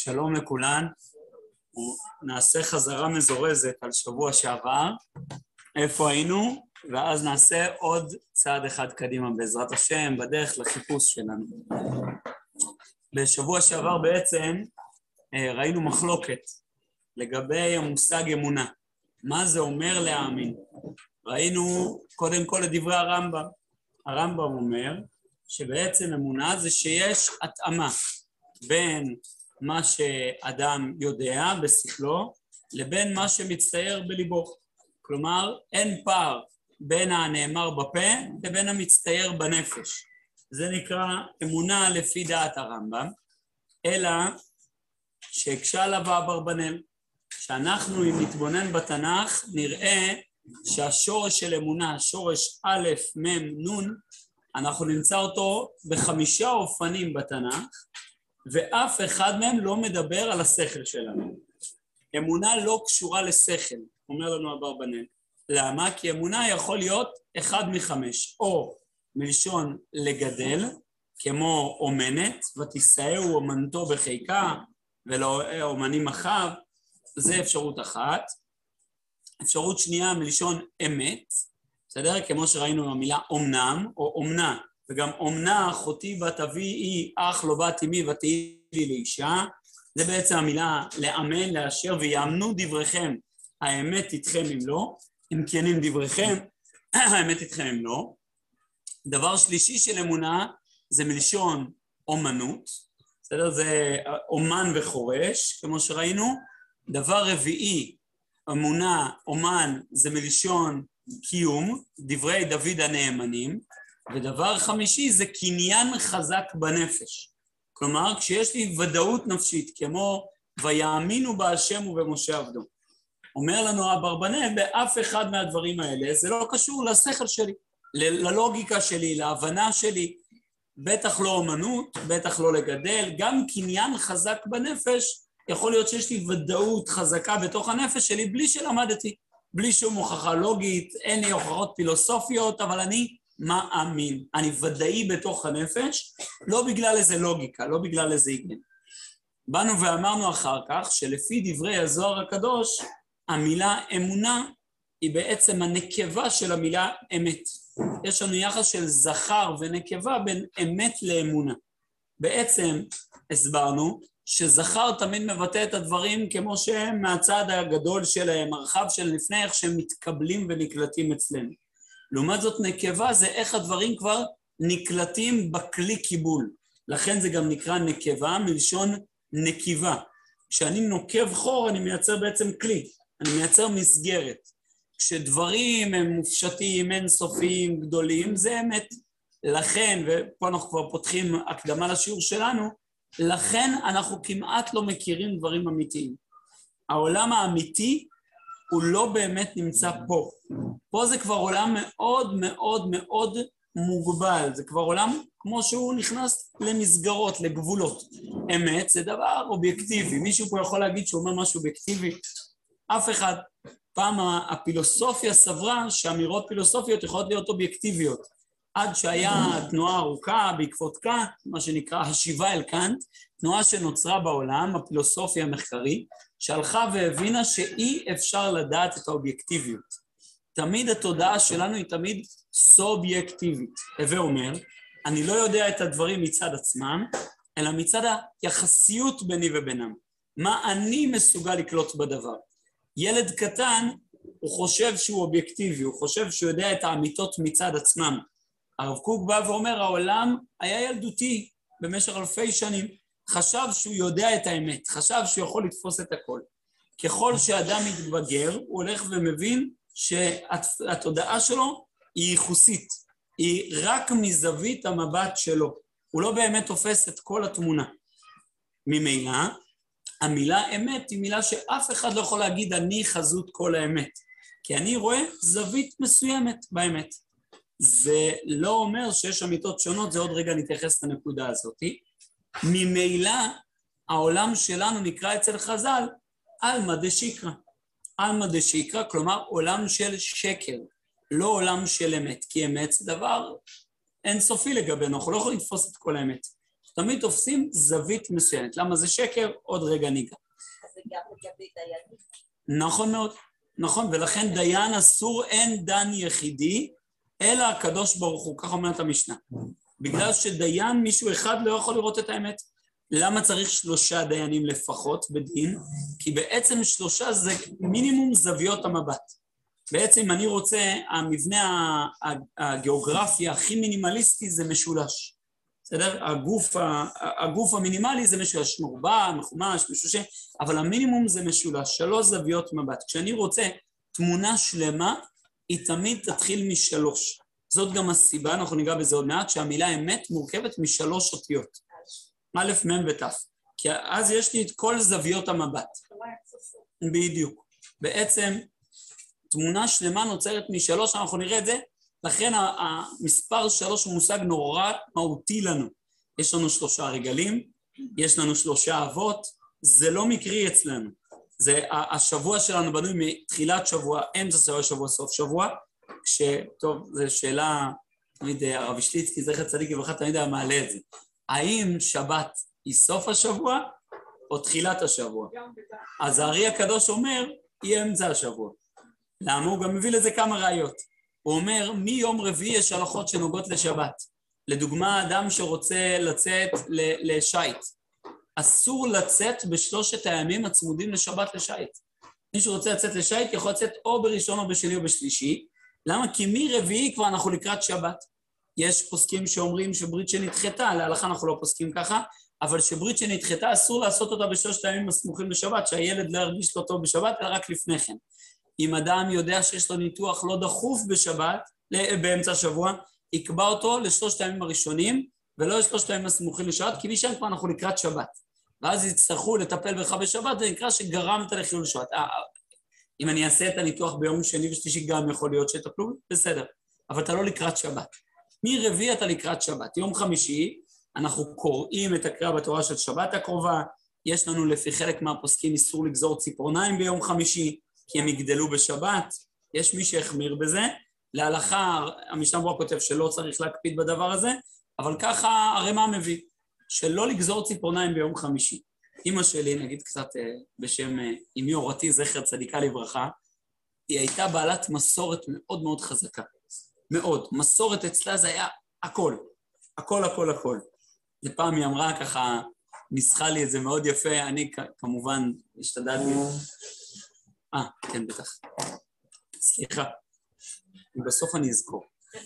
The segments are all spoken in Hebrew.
שלום לכולן, נעשה חזרה מזורזת על שבוע שעבר, איפה היינו, ואז נעשה עוד צעד אחד קדימה בעזרת השם, בדרך לחיפוש שלנו. בשבוע שעבר בעצם ראינו מחלוקת לגבי המושג אמונה. מה זה אומר להאמין? ראינו קודם כל את דברי הרמב"ם. הרמב"ם אומר שבעצם אמונה זה שיש התאמה בין מה שאדם יודע בשכלו לבין מה שמצטייר בליבו. כלומר, אין פער בין הנאמר בפה לבין המצטייר בנפש. זה נקרא אמונה לפי דעת הרמב"ם, אלא שהקשה עליו אברבנאל. שאנחנו אם נתבונן בתנ"ך נראה שהשורש של אמונה, שורש א' מ' נ', אנחנו נמצא אותו ב5 אופנים בתנ"ך, ואף אחד מהם לא מדבר על השכל שלנו. אמונה לא קשורה לשכל, אומר לנו אברבנאל. למה? כי אמונה יכול להיות אחד מ5, או מלשון לגדל, כמו אומנת, ותישאהו אומנתו בחיקה, ולא אומנים אחיו, זה אפשרות אחת. אפשרות שנייה מלשון אמת, בסדר? כמו שראינו במילה אומנם, או אומנה, וגם אומנה אחותי בת אבי היא אח לא בת אמי ותהי לי לאישה, זה בעצם המילה לאמן, לאשר, ויאמנו דבריכם, האמת איתכם אם לא, אם כנים דבריכם, האמת איתכם אם לא. דבר שלישי של אמונה זה מלשון אומנות, בסדר? זה אומן וחורש, כמו שראינו. דבר רביעי, אמונה, אומן, זה מלשון קיום, דברי דוד הנאמנים, ודבר חמישי זה קניין חזק בנפש. כלומר, כשיש לי ודאות נפשית, כמו ויאמינו בהשם ובמשה עבדו. אומר לנו אברבנאל, באף אחד מהדברים האלה, זה לא קשור לשכל שלי, ללוגיקה שלי, להבנה שלי, בטח לא אומנות, בטח לא לגדל, גם קניין חזק בנפש, יכול להיות שיש לי ודאות חזקה בתוך הנפש שלי, בלי שלמדתי, בלי שום הוכחה לוגית, אין לי הוכחות פילוסופיות, אבל אני מאמין, אני ודאי בתוך הנפש, לא בגלל איזה לוגיקה, לא בגלל איזה היגיון. באנו ואמרנו אחר כך, שלפי דברי הזוהר הקדוש, המילה אמונה היא בעצם הנקבה של המילה אמת. יש לנו יחס של זכר ונקבה בין אמת לאמונה. בעצם הסברנו שזכר תמיד מבטא את הדברים כמו שהם מהצד הגדול שלהם, הרחב של לפני איך שהם מתקבלים ונקלטים אצלנו. לעומת זאת נקבה זה איך הדברים כבר נקלטים בכלי קיבול. לכן זה גם נקרא נקבה מלשון נקיבה. כשאני נוקב חור אני מייצר בעצם כלי, אני מייצר מסגרת. כשדברים הם מופשטים, אינסופיים, גדולים, זה אמת. לכן, ופה אנחנו כבר פותחים הקדמה לשיעור שלנו, לכן אנחנו כמעט לא מכירים דברים אמיתיים. העולם האמיתי הוא לא באמת נמצא פה. פה זה כבר עולם מאוד מאוד מאוד מוגבל. זה כבר עולם כמו שהוא נכנס למסגרות, לגבולות. אמת זה דבר אובייקטיבי. מישהו פה יכול להגיד שהוא אומר משהו אובייקטיבי? אף אחד. פעם הפילוסופיה סברה שאמירות פילוסופיות יכולות להיות אובייקטיביות. עד שהיה תנועה ארוכה בעקבות קאנט, מה שנקרא השיבה אל קאנט, תנועה שנוצרה בעולם, הפילוסופיה המחקרית, שהלכה והבינה שאי אפשר לדעת את האובייקטיביות. תמיד התודעה שלנו היא תמיד סובייקטיבית. הווה אומר, אני לא יודע את הדברים מצד עצמם, אלא מצד היחסיות ביני ובינם. מה אני מסוגל לקלוט בדבר. ילד קטן, הוא חושב שהוא אובייקטיבי, הוא חושב שהוא יודע את האמיתות מצד עצמם. הרב קוק בא ואומר, העולם היה ילדותי במשך אלפי שנים, חשב שהוא יודע את האמת, חשב שהוא יכול לתפוס את הכל. ככל שאדם מתבגר, הוא הולך ומבין שהתודעה שלו היא ייחוסית, היא רק מזווית המבט שלו, הוא לא באמת תופס את כל התמונה. ממילא, המילה אמת היא מילה שאף אחד לא יכול להגיד אני חזות כל האמת, כי אני רואה זווית מסוימת באמת. זה לא אומר שיש אמיתות שונות, זה עוד רגע נתייחס לנקודה הזאת. ממילא העולם שלנו נקרא אצל חז"ל עלמא דשיקרא. עלמא דשיקרא, כלומר עולם של שקר, לא עולם של אמת, כי אמת זה דבר אינסופי לגבינו, אנחנו לא יכולים לתפוס את כל האמת. תמיד תופסים זווית מסוימת. למה זה שקר? עוד רגע ניגע. זה גם לגבי דיינים. נכון מאוד, נכון, ולכן דיין אסור, אין דן יחידי, אלא הקדוש ברוך הוא, כך אומרת המשנה. בגלל שדיין מישהו אחד לא יכול לראות את האמת. למה צריך 3 דיינים לפחות בדין? כי בעצם 3 זה מינימום זוויות המבט. בעצם אם אני רוצה, המבנה הגיאוגרפי הכי מינימליסטי זה משולש. בסדר? הגוף המינימלי זה משולש, מרובע, מחומש, משושי, אבל המינימום זה משולש, 3 זוויות מבט. כשאני רוצה תמונה שלמה, היא תמיד תתחיל מ3. זאת גם הסיבה, אנחנו ניגע בזה עוד מעט, שהמילה אמת מורכבת מ3 אותיות. א', מ' ות'. כי אז יש לי את כל זוויות המבט. בדיוק. בעצם, תמונה שלמה נוצרת מ3, אנחנו נראה את זה, לכן המספר 3 הוא מושג נורא מהותי לנו. יש לנו 3 רגלים, יש לנו 3 אבות, זה לא מקרי אצלנו. זה השבוע שלנו בנוי מתחילת שבוע, אמצע שבוע, סוף שבוע, טוב, זו שאלה, תמיד הרב שליצקי, זכר צדיק לברכה, תמיד היה מעלה את זה. האם שבת היא סוף השבוע או תחילת השבוע? אז הארי הקדוש אומר, היא אמצע השבוע. למה? הוא גם מביא לזה כמה ראיות. הוא אומר, מיום רביעי יש הלכות שנוגעות לשבת. לדוגמה, אדם שרוצה לצאת לשייט. אסור לצאת ב3 הימים הצמודים לשבת לשייט. מי שרוצה לצאת לשייט יכול לצאת או בראשון או בשני או בשלישי. למה? כי מרביעי כבר אנחנו לקראת שבת. יש פוסקים שאומרים שברית שנדחתה, להלכה אנחנו לא פוסקים ככה, אבל שברית שנדחתה אסור לעשות אותה ב3 הימים הסמוכים לשבת, שהילד לא ירגיש לא טוב בשבת, אלא רק לפני כן. אם אדם יודע שיש לו ניתוח לא דחוף בשבת, באמצע השבוע, יקבע אותו ל3 הימים הראשונים, ולא ל3 הימים הסמוכים לשבת, כי משם כבר אנחנו לקראת שבת. ואז יצטרכו לטפל בך בשבת, זה נקרא שגרמת לחילול שבת. אם אני אעשה את הניתוח ביום שני ושלישי, גם יכול להיות שתטפלו, בסדר. אבל אתה לא לקראת שבת. מרביעי אתה לקראת שבת. יום חמישי, אנחנו קוראים את הקריאה בתורה של שבת הקרובה, יש לנו לפי חלק מהפוסקים איסור לגזור ציפורניים ביום חמישי, כי הם יגדלו בשבת, יש מי שהחמיר בזה, להלכה המשנה ברורה כותב שלא צריך להקפיד בדבר הזה, אבל ככה הרמ"א מביא, שלא לגזור ציפורניים ביום חמישי. אמא שלי, נגיד קצת בשם אמי הורתי, זכר צדיקה לברכה, היא הייתה בעלת מסורת מאוד מאוד חזקה, מאוד. מסורת אצלה זה היה הכל, הכל, הכל, הכל. לפעם היא אמרה ככה, ניסחה לי את זה מאוד יפה, אני כמובן השתדלתי. כן, בטח. סליחה. בסוף אני אזכור.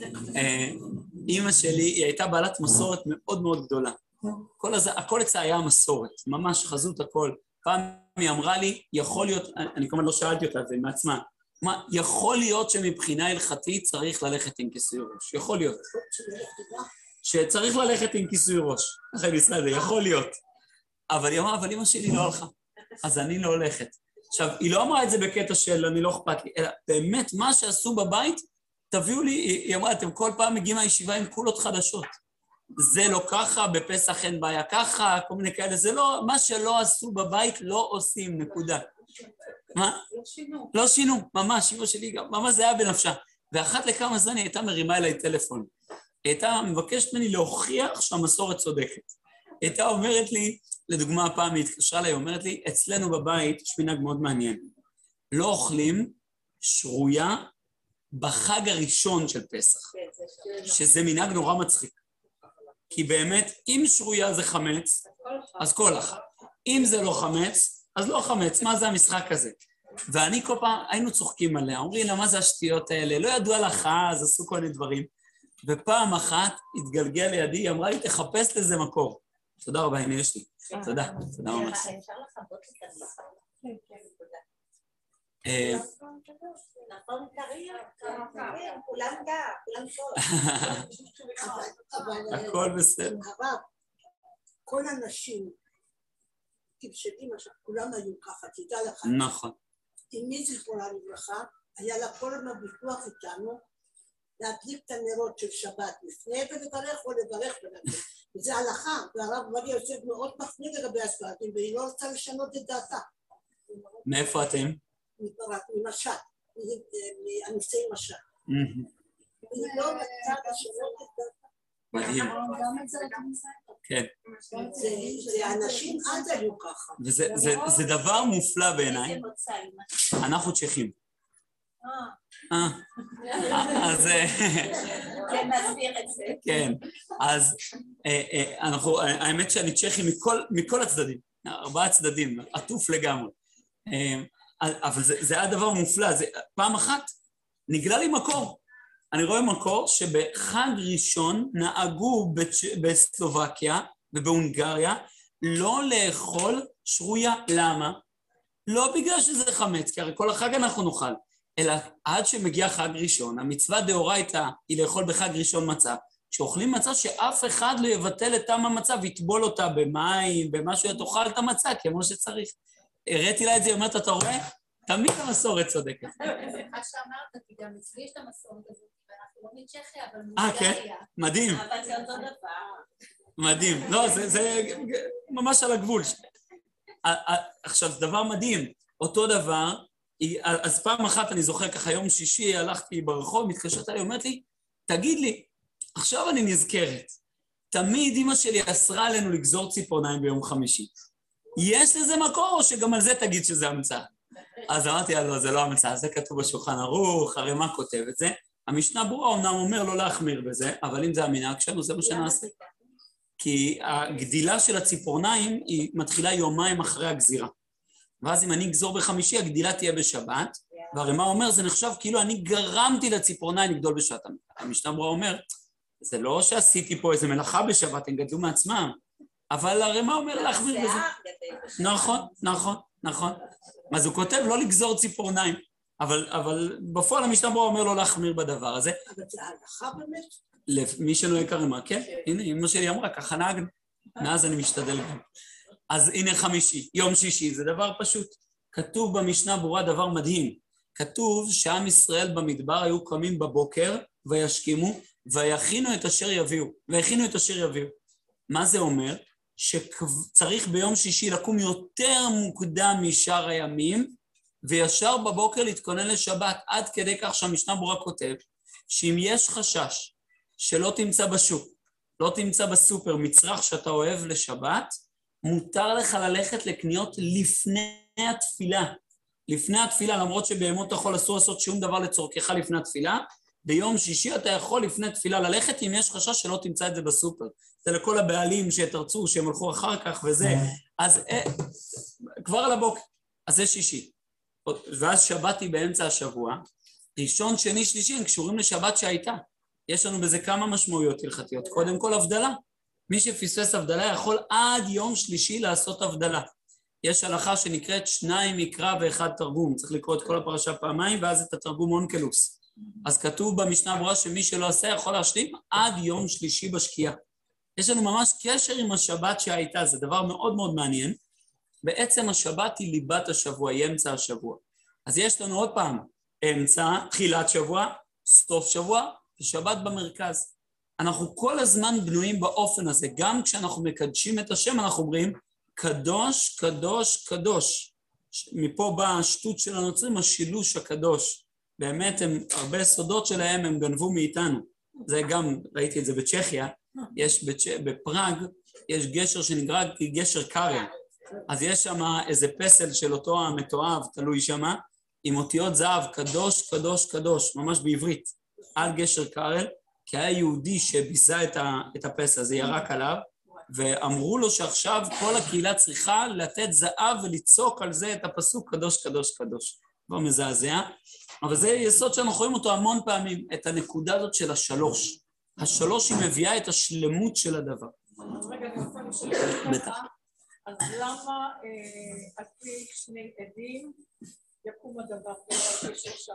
אמא שלי, היא הייתה בעלת מסורת מאוד מאוד גדולה. הכל אצלה היה מסורת, ממש חזות הכל. פעם היא אמרה לי, יכול להיות, אני כמובן לא שאלתי אותה, זה מעצמה, יכול להיות שמבחינה הלכתית צריך ללכת עם כיסוי ראש, יכול להיות. שצריך ללכת עם כיסוי ראש, אחרי ישראל זה יכול להיות. אבל היא אמרה, אבל אמא שלי לא הלכה, אז אני לא הולכת. עכשיו, היא לא אמרה את זה בקטע של אני לא אכפת לי, אלא באמת מה שעשו בבית, תביאו לי, היא אמרה, אתם כל פעם מגיעים מהישיבה עם קולות חדשות. זה לא ככה, בפסח אין בעיה ככה, כל מיני כאלה, זה לא, מה שלא עשו בבית לא עושים, נקודה. מה? לא שינו. לא שינו, ממש, אמא שלי גם, ממש זה היה בנפשה. ואחת לכמה זמן היא הייתה מרימה אליי טלפון. היא הייתה מבקשת ממני להוכיח שהמסורת צודקת. היא הייתה אומרת לי, לדוגמה הפעם היא התקשרה לה, היא אומרת לי, אצלנו בבית יש מנהג מאוד מעניין. לא אוכלים שרויה בחג הראשון של פסח, שזה מנהג נורא מצחיק. כי באמת, אם שרויה זה חמץ, אז כל אחד. אם זה לא חמץ, אז לא חמץ. מה זה המשחק הזה? ואני כל פעם, היינו צוחקים עליה, אומרים לה, מה זה השטויות האלה? לא ידעו הלכה, אז עשו כל מיני דברים. ופעם אחת התגלגל לידי, היא אמרה לי, תחפש לזה מקור. תודה רבה, הנה יש לי. תודה, תודה ממש. אפשר לחבות את המשחק? כן, תודה. נכון, כולם גר, כולם טוב. הכל בסדר. הרב, כל הנשים, תפשטי מה שכולם היו ככה, תדע לך. נכון. אמי זיכרונה לברכה, היה לה כל הזמן ויכוח איתנו, להדליק את הנרות של שבת לפני ולברך או לברך ולברך. וזה הלכה, והרב עובדיה יוסף מאוד מחמיא לגבי הספרדים, והיא לא רוצה לשנות את דעתה. מאיפה אתם? ממשל, מאנוסי משל. היא לא רצה לשנות את דעתה. מדהים. כן. זה אנשים אז היו ככה. וזה דבר מופלא בעיניי. איזה מוצא, אמא? אנחנו צ'כים. אז... זה מסביר את זה. כן, אז האמת שאני צ'כי מכל הצדדים, 4 צדדים, עטוף לגמרי. אבל זה היה דבר מופלא, פעם אחת נגלה לי מקור. אני רואה מקור שבחג ראשון נהגו בסלובקיה ובהונגריה לא לאכול שרויה. למה? לא בגלל שזה חמץ, כי הרי כל החג אנחנו נאכל, אלא עד שמגיע חג ראשון, המצווה דאורייתא היא לאכול בחג ראשון מצה, שאוכלים מצה שאף אחד לא יבטל את טעם המצה ויטבול אותה במים, במשהו, תאכל את המצה כמו שצריך. הראיתי לה את זה, היא אומרת, אתה רואה? תמיד המסורת צודקת. זה מה שאמרת, כי גם אצלי יש את המסורת הזאת, ואנחנו לא מצ'כיה, אבל מולדביה. כן? מדהים. אבל זה אותו דבר. מדהים. לא, זה ממש על הגבול. עכשיו, זה דבר מדהים. אותו דבר, אז פעם אחת אני זוכר ככה, יום שישי הלכתי ברחוב, מתקשרת אליי, אומרת לי, תגיד לי, עכשיו אני נזכרת, תמיד אמא שלי אסרה עלינו לגזור ציפורניים ביום חמישי. יש לזה מקור או שגם על זה תגיד שזה המצאה? אז אמרתי, לא, זה לא המצאה, זה כתוב בשולחן ערוך, הרי מה כותב את זה? המשנה ברורה אומנם אומר לא להחמיר בזה, אבל אם זה המנהג שלנו, זה מה שנעשה. כי הגדילה של הציפורניים היא מתחילה יומיים אחרי הגזירה. ואז אם אני אגזור בחמישי, הגדילה תהיה בשבת, והרי מה אומר? זה נחשב כאילו אני גרמתי לציפורניים לגדול בשבת. המשנה ברורה אומר, זה לא שעשיתי פה איזה מלאכה בשבת, הם גדלו מעצמם, אבל הרי מה אומר להחמיר בזה? נכון, נכון, נכון. אז הוא כותב לא לגזור ציפורניים, אבל בפועל המשנה ברורה אומר לא להחמיר בדבר הזה. אבל זה ההלכה באמת? למי שלא יקרא מה, כן? הנה, אמא שלי אמרה, ככה נהגנו. מאז אני משתדל גם. אז הנה חמישי, יום שישי, זה דבר פשוט. כתוב במשנה ברורה דבר מדהים. כתוב שעם ישראל במדבר היו קמים בבוקר וישכימו ויכינו את אשר יביאו. והכינו את אשר יביאו. מה זה אומר? שצריך ביום שישי לקום יותר מוקדם משאר הימים, וישר בבוקר להתכונן לשבת, עד כדי כך שהמשנה ברורה כותב, שאם יש חשש שלא תמצא בשוק, לא תמצא בסופר מצרך שאתה אוהב לשבת, מותר לך ללכת לקניות לפני התפילה. לפני התפילה, למרות שבהמות החול אסור לעשות שום דבר לצורכך לפני התפילה, ביום שישי אתה יכול לפני תפילה ללכת אם יש חשש שלא תמצא את זה בסופר. זה לכל הבעלים שתרצו, שהם הלכו אחר כך וזה. אז כבר על הבוקר, אז זה שישי. ואז שבת היא באמצע השבוע. ראשון, שני, שלישי, הם קשורים לשבת שהייתה. יש לנו בזה כמה משמעויות הלכתיות. קודם כל, הבדלה. מי שפספס הבדלה יכול עד יום שלישי לעשות הבדלה. יש הלכה שנקראת 2 מקרא ו1 תרגום. צריך לקרוא את כל הפרשה פעמיים, ואז את התרגום אונקלוס. אז כתוב במשנה ברורה שמי שלא עשה יכול להשלים עד יום שלישי בשקיעה. יש לנו ממש קשר עם השבת שהייתה, זה דבר מאוד מאוד מעניין. בעצם השבת היא ליבת השבוע, היא אמצע השבוע. אז יש לנו עוד פעם אמצע, תחילת שבוע, סוף שבוע, ושבת במרכז. אנחנו כל הזמן בנויים באופן הזה, גם כשאנחנו מקדשים את השם, אנחנו אומרים, קדוש, קדוש, קדוש. מפה באה השטות של הנוצרים, השילוש הקדוש. באמת, הרבה סודות שלהם הם גנבו מאיתנו. זה גם, ראיתי את זה בצ'כיה, יש בפראג, יש גשר שנקרא גשר קארל. אז יש שם איזה פסל של אותו המתואב, תלוי שם, עם אותיות זהב, קדוש, קדוש, קדוש, ממש בעברית, על גשר קארל, כי היה יהודי שביזה את הפסל, זה ירק עליו, ואמרו לו שעכשיו כל הקהילה צריכה לתת זהב וליצוק על זה את הפסוק קדוש, קדוש, קדוש. לא מזעזע, אבל זה יסוד שאנחנו רואים אותו המון פעמים, את הנקודה הזאת של השלוש. השלוש היא מביאה את השלמות של הדבר. רגע, אני רוצה לשאול. בטח. אז למה על פי 2 עדים יקום הדבר ולא על פי 3?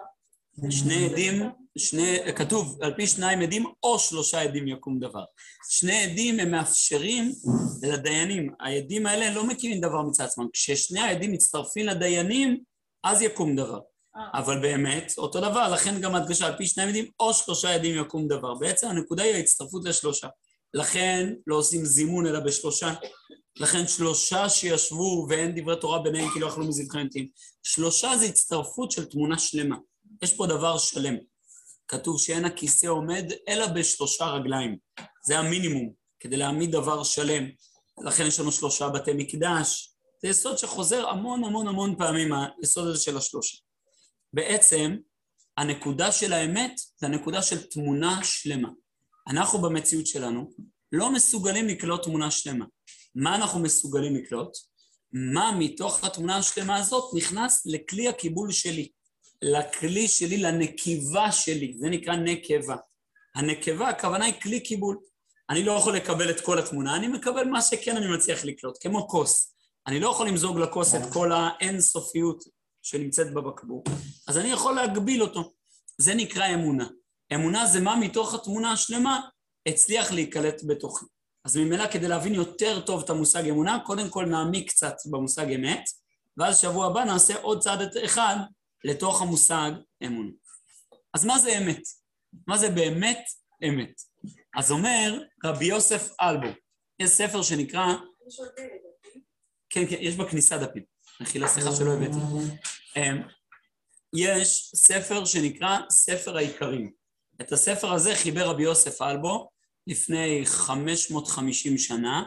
2 עדים, כתוב על פי 2 עדים או 3 עדים יקום דבר. 2 עדים הם מאפשרים לדיינים, העדים האלה לא מקימים דבר מצד עצמם, כששני העדים מצטרפים לדיינים, אז יקום דבר. אבל באמת, אותו דבר, לכן גם הדגשה על פי 2 עדים או 3 עדים יקום דבר. בעצם הנקודה היא ההצטרפות ל3. לכן לא עושים זימון אלא ב3. לכן 3 שישבו ואין דברי תורה ביניהם כי לא אכלו מזבחי מתים. 3 זה הצטרפות של תמונה שלמה. יש פה דבר שלם. כתוב שאין הכיסא עומד אלא ב3 רגליים. זה המינימום, כדי להעמיד דבר שלם. לכן יש לנו 3 בתי מקדש. זה יסוד שחוזר המון פעמים, היסוד הזה של ה3. בעצם, הנקודה של האמת זה הנקודה של תמונה שלמה. אנחנו במציאות שלנו לא מסוגלים לקלוט תמונה שלמה. מה אנחנו מסוגלים לקלוט? מה מתוך התמונה השלמה הזאת נכנס לכלי הקיבול שלי, לכלי שלי, לנקבה שלי, זה נקרא נקבה. הנקבה, הכוונה היא כלי קיבול. אני לא יכול לקבל את כל התמונה, אני מקבל מה שכן אני מצליח לקלוט, כמו כוס. אני לא יכול למזוג לכוס את כל האינסופיות שנמצאת בבקבוק, אז אני יכול להגביל אותו. זה נקרא אמונה. אמונה זה מה מתוך התמונה השלמה הצליח להיקלט בתוכי. אז ממילא כדי להבין יותר טוב את המושג אמונה, קודם כל נעמיק קצת במושג אמת, ואז שבוע הבא נעשה עוד צעד אחד לתוך המושג אמונה. אז מה זה אמת? מה זה באמת אמת? אז אומר רבי יוסף אלבו, יש ספר שנקרא... כן, יש בכניסה דפים. נחילה, סליחה שלא הבאתי. יש ספר שנקרא ספר העיקרים. את הספר הזה חיבר רבי יוסף אלבו לפני 550 שנה,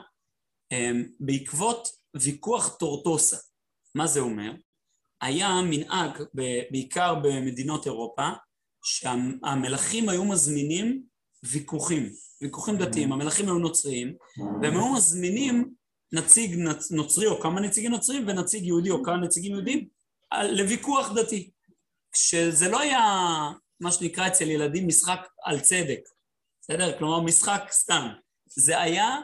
בעקבות ויכוח טורטוסה. מה זה אומר? היה מנהג, בעיקר במדינות אירופה, שהמלכים היו מזמינים ויכוחים דתיים, המלכים היו נוצריים, והם היו מזמינים נציג נוצרי או כמה נציגים נוצרים, ונציג יהודי או כמה נציגים יהודים, לוויכוח דתי. כשזה לא היה, מה שנקרא אצל ילדים, משחק על צדק, בסדר? כלומר, משחק סתם. זה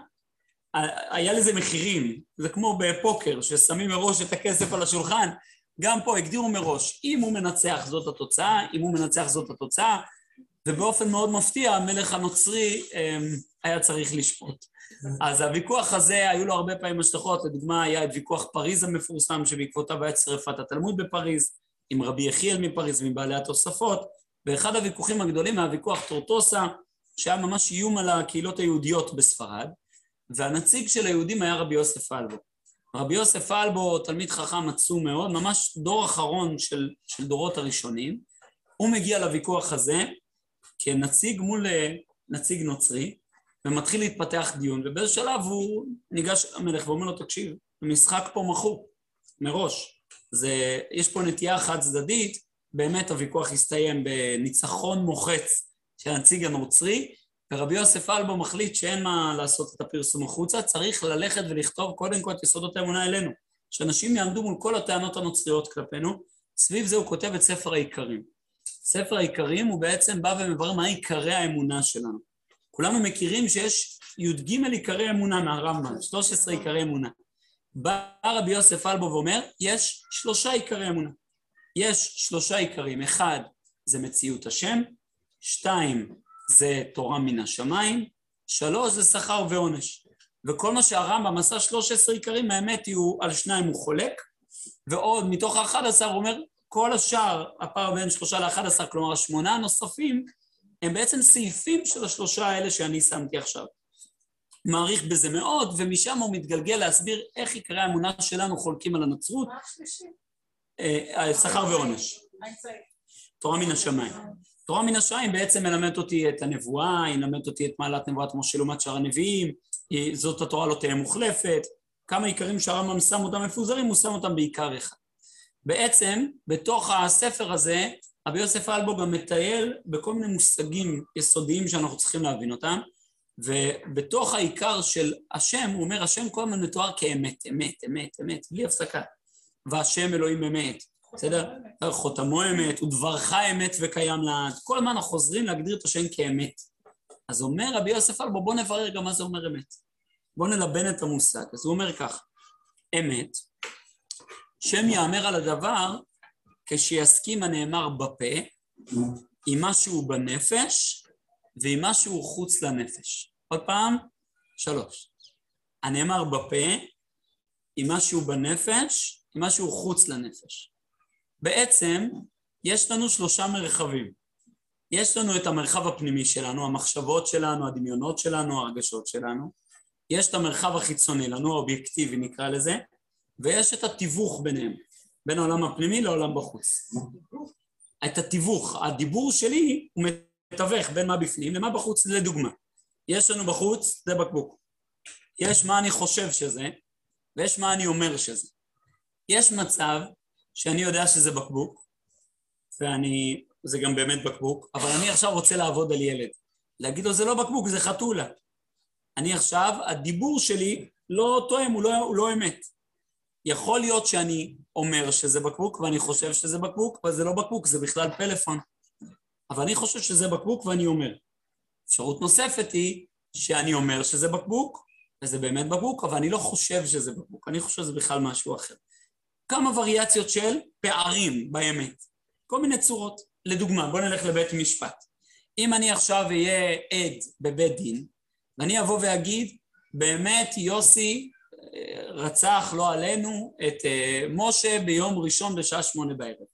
היה לזה מחירים, זה כמו בפוקר, ששמים מראש את הכסף על השולחן, גם פה הגדירו מראש, אם הוא מנצח זאת התוצאה, אם הוא מנצח זאת התוצאה, ובאופן מאוד מפתיע, המלך הנוצרי היה צריך לשפוט. אז הוויכוח הזה, היו לו הרבה פעמים השלכות, לדוגמה היה את ויכוח פריז המפורסם, שבעקבותיו היה שרפת התלמוד בפריז, עם רבי יחיאל מפריז, מבעלי התוספות, ואחד הוויכוחים הגדולים היה ויכוח טורטוסה, שהיה ממש איום על הקהילות היהודיות בספרד, והנציג של היהודים היה רבי יוסף אלבו. רבי יוסף אלבו, תלמיד חכם עצום מאוד, ממש דור אחרון של דורות הראשונים, הוא מגיע לוויכוח הזה כנציג מול נציג נוצרי, ומתחיל להתפתח דיון, ובאיזה שלב הוא ניגש למלך ואומר לו, תקשיב, המשחק פה מחוק, מראש. יש פה נטייה חד צדדית, באמת הוויכוח הסתיים בניצחון מוחץ של הנציג הנוצרי, ורבי יוסף אלבו מחליט שאין מה לעשות את הפרסום החוצה, צריך ללכת ולכתוב קודם כל את יסודות האמונה אלינו, שאנשים יעמדו מול כל הטענות הנוצריות כלפינו, סביב זה הוא כותב את ספר העיקרים. ספר העיקרים הוא בעצם בא ומברר מה עיקרי האמונה שלנו. כולנו מכירים שיש י"ג עיקרי אמונה מהרמב"ם, 13 עיקרי אמונה. בא רבי יוסף אלבו ואומר, יש 3 עיקרי אמונה. יש 3 עיקרים, 1 זה מציאות השם, 2 זה תורה מן השמיים, 3 זה שכר ועונש. וכל מה שהרמב"ם עשה 13 עיקרים, האמת הוא על 2 הוא חולק, ועוד מתוך ה-11 הוא אומר, כל השאר, הפער בין 3 ל-11, כלומר 8 הנוספים, הם בעצם סעיפים של 3 האלה שאני שמתי עכשיו. מעריך בזה מאוד, ומשם הוא מתגלגל להסביר איך עיקרי האמונה שלנו חולקים על הנצרות. מה השלישי? שכר ועונש. תורה מן השמיים. תורה מן השמיים בעצם מלמד אותי את הנבואה, היא מלמד אותי את מעלת נבואת משה לעומת שאר הנביאים, זאת התורה לא תהיה מוחלפת, כמה עיקרים שהרמב"ם שם אותם מפוזרים, הוא שם אותם בעיקר אחד. בעצם, בתוך הספר הזה, רבי יוסף אלבו גם מטייל בכל מיני מושגים יסודיים שאנחנו צריכים להבין אותם, ובתוך העיקר של השם, הוא אומר, השם כל הזמן מתואר כאמת, אמת, אמת, אמת, בלי הפסקה. והשם אלוהים אמת, בסדר? חותמו אמת, ודברך אמת וקיים לעד. כל הזמן אנחנו חוזרים להגדיר את השם כאמת. אז אומר רבי יוסף אלבו, בוא נברר גם מה זה אומר אמת. בוא נלבן את המושג. אז הוא אומר כך, אמת, שם יאמר על הדבר, כשיסכים הנאמר בפה, עם משהו בנפש, ועם משהו חוץ לנפש. עוד פעם, 3. הנאמר בפה, עם משהו בנפש, עם משהו חוץ לנפש. בעצם, יש לנו 3 מרחבים. יש לנו את המרחב הפנימי שלנו, המחשבות שלנו, הדמיונות שלנו, הרגשות שלנו. יש את המרחב החיצוני, לנו האובייקטיבי נקרא לזה, ויש את התיווך ביניהם, בין העולם הפנימי לעולם בחוץ. את התיווך, הדיבור שלי הוא מתווך בין מה בפנים למה בחוץ, לדוגמה. יש לנו בחוץ, זה בקבוק. יש מה אני חושב שזה, ויש מה אני אומר שזה. יש מצב שאני יודע שזה בקבוק, זה גם באמת בקבוק, אבל אני עכשיו רוצה לעבוד על ילד. להגיד לו, זה לא בקבוק, זה חתולה. אני עכשיו, הדיבור שלי לא תואם, הוא לא אמת. יכול להיות שאני אומר שזה בקבוק, ואני חושב שזה בקבוק, אבל זה לא בקבוק, זה בכלל פלאפון. אבל אני חושב שזה בקבוק ואני אומר. אפשרות נוספת היא שאני אומר שזה בקבוק, וזה באמת בקבוק, אבל אני לא חושב שזה בקבוק, אני חושב שזה בכלל משהו אחר. כמה וריאציות של פערים באמת, כל מיני צורות. לדוגמה, בוא נלך לבית משפט. אם אני עכשיו אהיה עד בבית דין, ואני אבוא ואגיד, באמת יוסי רצח לא עלינו את משה ביום ראשון בשעה 8 בערב.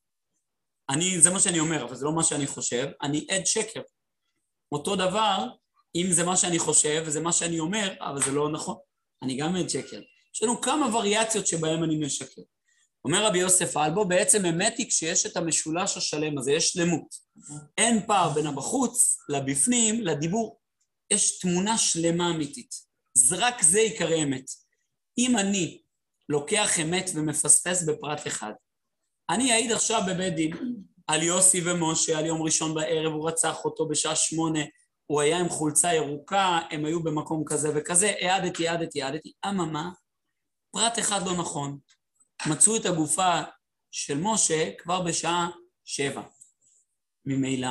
זה מה שאני אומר, אבל זה לא מה שאני חושב, אני עד שקר. אותו דבר, אם זה מה שאני חושב וזה מה שאני אומר, אבל זה לא נכון, אני גם עד שקר. יש לנו כמה וריאציות שבהם אני משקר. אומר רבי יוסף אלבו, בעצם אמת היא כשיש את המשולש השלם הזה, יש שלמות. אין פער בין הבחוץ, לבפנים, לדיבור. יש תמונה שלמה אמיתית. רק זה יקרא אמת. אם אני לוקח אמת ומפספס בפרט אחד, אני אעיד עכשיו בבית דין על יוסי ומשה, על יום ראשון בערב, הוא רצח אותו בשעה 8, הוא היה עם חולצה ירוקה, הם היו במקום כזה וכזה, העדתי, אממה, פרט אחד לא נכון. מצאו את הגופה של משה כבר בשעה 7. ממילא,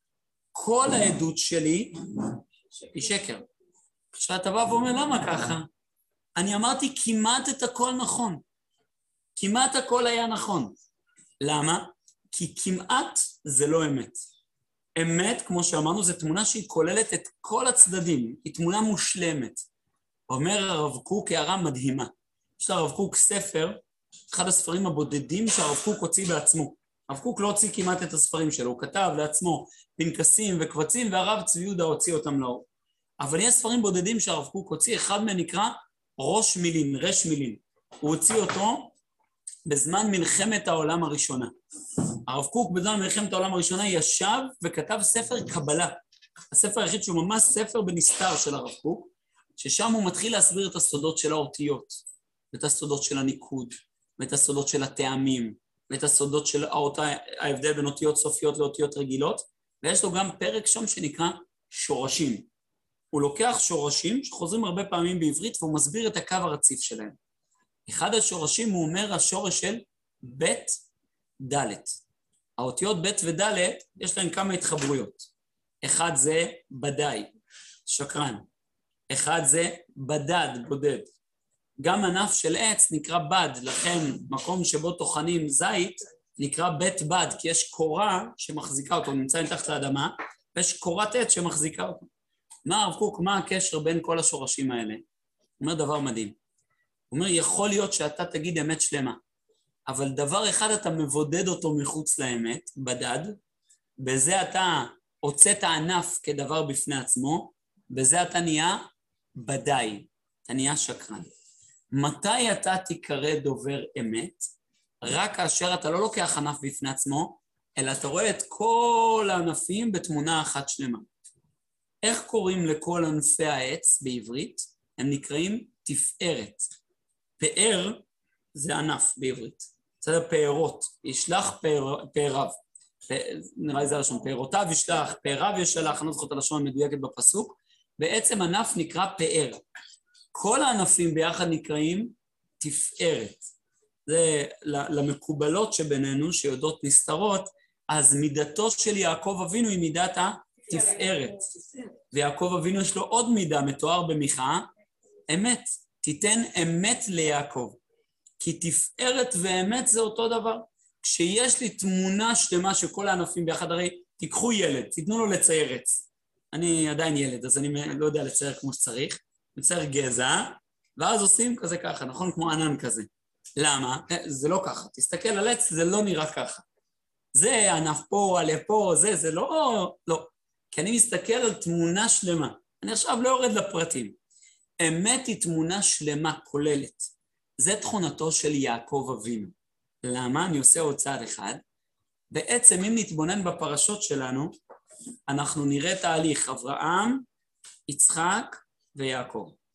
כל העדות שלי היא שקר. עכשיו אתה בא ואומר, למה ככה? אני אמרתי כמעט את הכל נכון. כמעט הכל היה נכון. למה? כי כמעט זה לא אמת. אמת, כמו שאמרנו, זו תמונה שהיא כוללת את כל הצדדים. היא תמונה מושלמת. אומר הרב קוק הערה מדהימה. יש לרב קוק ספר, אחד הספרים הבודדים שהרב קוק הוציא בעצמו. הרב קוק לא הוציא כמעט את הספרים שלו, הוא כתב לעצמו פנקסים וקבצים, והרב צבי יהודה הוציא אותם לאור. אבל יש ספרים בודדים שהרב קוק הוציא, אחד מהם נקרא ראש מילין, רש מילין. הוא הוציא אותו בזמן מלחמת העולם הראשונה. הרב קוק בזמן מלחמת העולם הראשונה ישב וכתב ספר קבלה. הספר היחיד שהוא ממש ספר בנסתר של הרב קוק, ששם הוא מתחיל להסביר את הסודות של האותיות, ואת הסודות של הניקוד, ואת הסודות של הטעמים, ואת הסודות של ההבדל בין אותיות סופיות לאותיות רגילות, ויש לו גם פרק שם שנקרא שורשים. הוא לוקח שורשים שחוזרים הרבה פעמים בעברית, והוא מסביר את הקו הרציף שלהם. אחד השורשים הוא אומר השורש של בית דלת. האותיות בית ודלת יש להם כמה התחברויות. אחד זה בדאי, שקרן. אחד זה בדד, בודד. גם ענף של עץ נקרא בד, לכן מקום שבו טוחנים זית נקרא בית בד, כי יש קורה שמחזיקה אותו, נמצא מתחת לאדמה, ויש קורת עץ שמחזיקה אותו. מה הרב קוק, מה הקשר בין כל השורשים האלה? הוא אומר דבר מדהים. הוא אומר, יכול להיות שאתה תגיד אמת שלמה, אבל דבר אחד אתה מבודד אותו מחוץ לאמת, בדד, בזה אתה הוצאת ענף כדבר בפני עצמו, בזה אתה נהיה בדאי, אתה נהיה שקרן. מתי אתה תיקרא דובר אמת? רק כאשר אתה לא לוקח ענף בפני עצמו, אלא אתה רואה את כל הענפים בתמונה אחת שלמה. איך קוראים לכל ענפי העץ בעברית? הם נקראים תפארת. פאר זה ענף בעברית. בסדר, פארות. ישלח פאריו. נראה לי זה הלשון. פארותיו ישלח, פאריו ישלח, אני לא זוכרת הלשון המדויקת בפסוק. בעצם ענף נקרא פאר. כל הענפים ביחד נקראים תפארת. זה למקובלות שבינינו, שיודעות נסתרות, אז מידתו של יעקב אבינו היא מידת התפארת. ויעקב אבינו יש לו עוד מידה, מתואר במיכה, אמת. תיתן אמת ליעקב. כי תפארת ואמת זה אותו דבר. כשיש לי תמונה שלמה של כל הענפים ביחד, הרי תיקחו ילד, תיתנו לו לצייר עץ. אני עדיין ילד, אז אני לא יודע לצייר כמו שצריך. מצייר גזע, ואז עושים כזה ככה, נכון? כמו ענן כזה. למה? זה לא ככה. תסתכל על עץ, זה לא נראה ככה. זה ענף פה, עלה פה, זה לא. כי אני מסתכל על תמונה שלמה. אני עכשיו לא יורד לפרטים. אמת היא תמונה שלמה, כוללת. זה תכונתו של יעקב אבינו. למה? אני עושה עוד צעד אחד. בעצם אם נתבונן בפרשות שלנו, אנחנו נראה תהליך אברהם, יצחק ויעקב.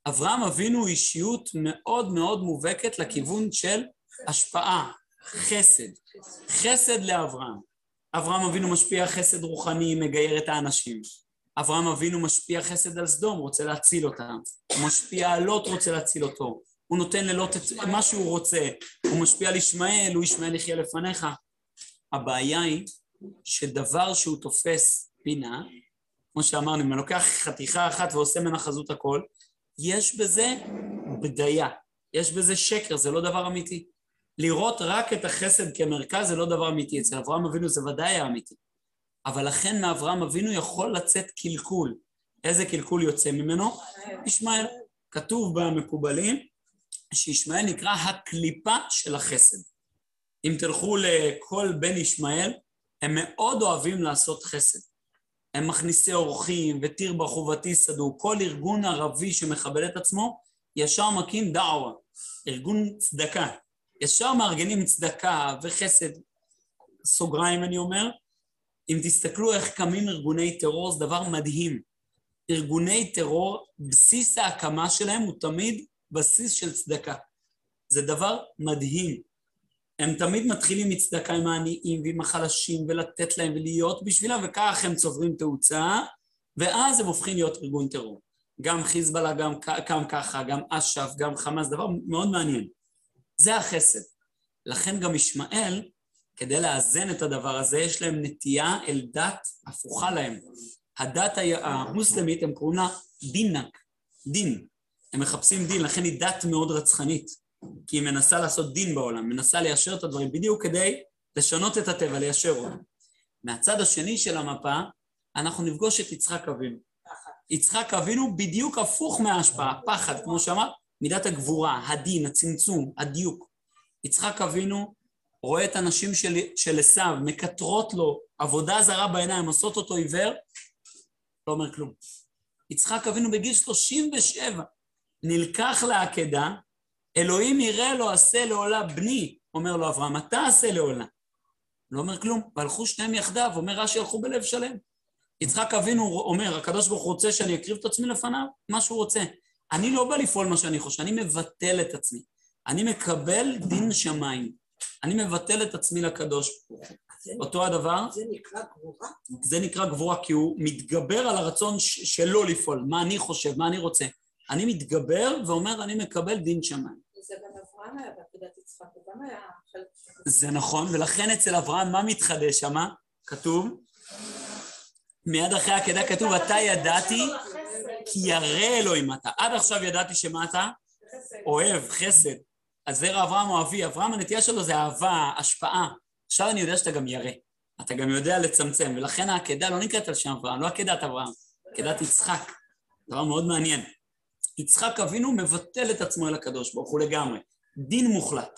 אברהם אבינו הוא אישיות מאוד מאוד מובהקת לכיוון של השפעה, חסד. חסד לאברהם. אברהם אבינו משפיע חסד רוחני, מגייר את האנשים. אברהם אבינו משפיע חסד על סדום, רוצה להציל אותם. הוא משפיע על לוט, רוצה להציל אותו. הוא נותן ללוט את מה שהוא רוצה. הוא משפיע על ישמעאל, הוא ישמעאל יחיה לפניך. הבעיה היא שדבר שהוא תופס פינה, כמו שאמרנו, אם אני לוקח חתיכה אחת ועושה ממנה חזות הכל, יש בזה בדיה, יש בזה שקר, זה לא דבר אמיתי. לראות רק את החסד כמרכז זה לא דבר אמיתי, אצל אברהם אבינו זה ודאי האמיתי. אבל לכן מאברהם אבינו יכול לצאת קלקול. איזה קלקול יוצא ממנו? ישמעאל. כתוב במקובלים שישמעאל נקרא הקליפה של החסד. אם תלכו לכל בן ישמעאל, הם מאוד אוהבים לעשות חסד. הם מכניסי אורחים ותיר בחובתי סדו. כל ארגון ערבי שמכבד את עצמו, ישר מקים דעווה, ארגון צדקה. ישר מארגנים צדקה וחסד. סוגריים אני אומר, אם תסתכלו איך קמים ארגוני טרור, זה דבר מדהים. ארגוני טרור, בסיס ההקמה שלהם הוא תמיד בסיס של צדקה. זה דבר מדהים. הם תמיד מתחילים מצדקה עם העניים ועם החלשים ולתת להם ולהיות בשבילם, וכך הם צוברים תאוצה, ואז הם הופכים להיות ארגון טרור. גם חיזבאללה, גם ככה, גם אש"ף, גם חמאס, דבר מאוד מעניין. זה החסד. לכן גם ישמעאל, כדי לאזן את הדבר הזה, יש להם נטייה אל דת הפוכה להם. הדת המוסלמית, הם קוראים לה דינק, דין. הם מחפשים דין, לכן היא דת מאוד רצחנית, כי היא מנסה לעשות דין בעולם, מנסה ליישר את הדברים, בדיוק כדי לשנות את הטבע, ליישר אותו. מהצד השני של המפה, אנחנו נפגוש את יצחק אבינו. יצחק אבינו בדיוק הפוך מההשפעה, פחד, כמו שאמר, מידת הגבורה, הדין, הצמצום, הדיוק. יצחק אבינו רואה את הנשים של עשיו, מקטרות לו, עבודה זרה בעיניים, עושות אותו עיוור, לא אומר כלום. יצחק אבינו בגיל 37, נלקח לעקדה, אלוהים יראה לו עשה לעולה בני, אומר לו אברהם, אתה עשה לעולה. לא אומר כלום, והלכו שניהם יחדיו, אומר רש"י, הלכו בלב שלם. יצחק אבינו אומר, הקדוש ברוך הוא רוצה שאני אקריב את עצמי לפניו, מה שהוא רוצה. אני לא בא לפעול מה שאני חושב, אני מבטל את עצמי. אני מקבל דין שמיים. אני מבטל את עצמי לקדוש ברוך הוא. אותו הדבר. זה נקרא גבורה? זה נקרא גבורה, כי הוא מתגבר על הרצון שלו לפעול, מה אני חושב, מה אני רוצה. אני מתגבר ואומר, אני מקבל דין שמיים. זה גם אברהם היה בעקדת יצחק, הוא גם היה חלק שלו. זה נכון, ולכן אצל אברהם, מה מתחדש שם? כתוב, מיד אחרי העקדה כתוב, אתה ידעתי כי ירא אלוהים אתה. עד עכשיו ידעתי שמה אתה? אוהב, חסד. אז זרע אברהם הוא אבי. אברהם הנטייה שלו זה אהבה, השפעה. עכשיו אני יודע שאתה גם ירא. אתה גם יודע לצמצם, ולכן העקדה לא נקראת על שם אברהם, לא עקדת אברהם, עקדת יצחק. דבר מאוד מעניין. יצחק אבינו מבטל את עצמו אל הקדוש ברוך הוא לגמרי. דין מוחלט.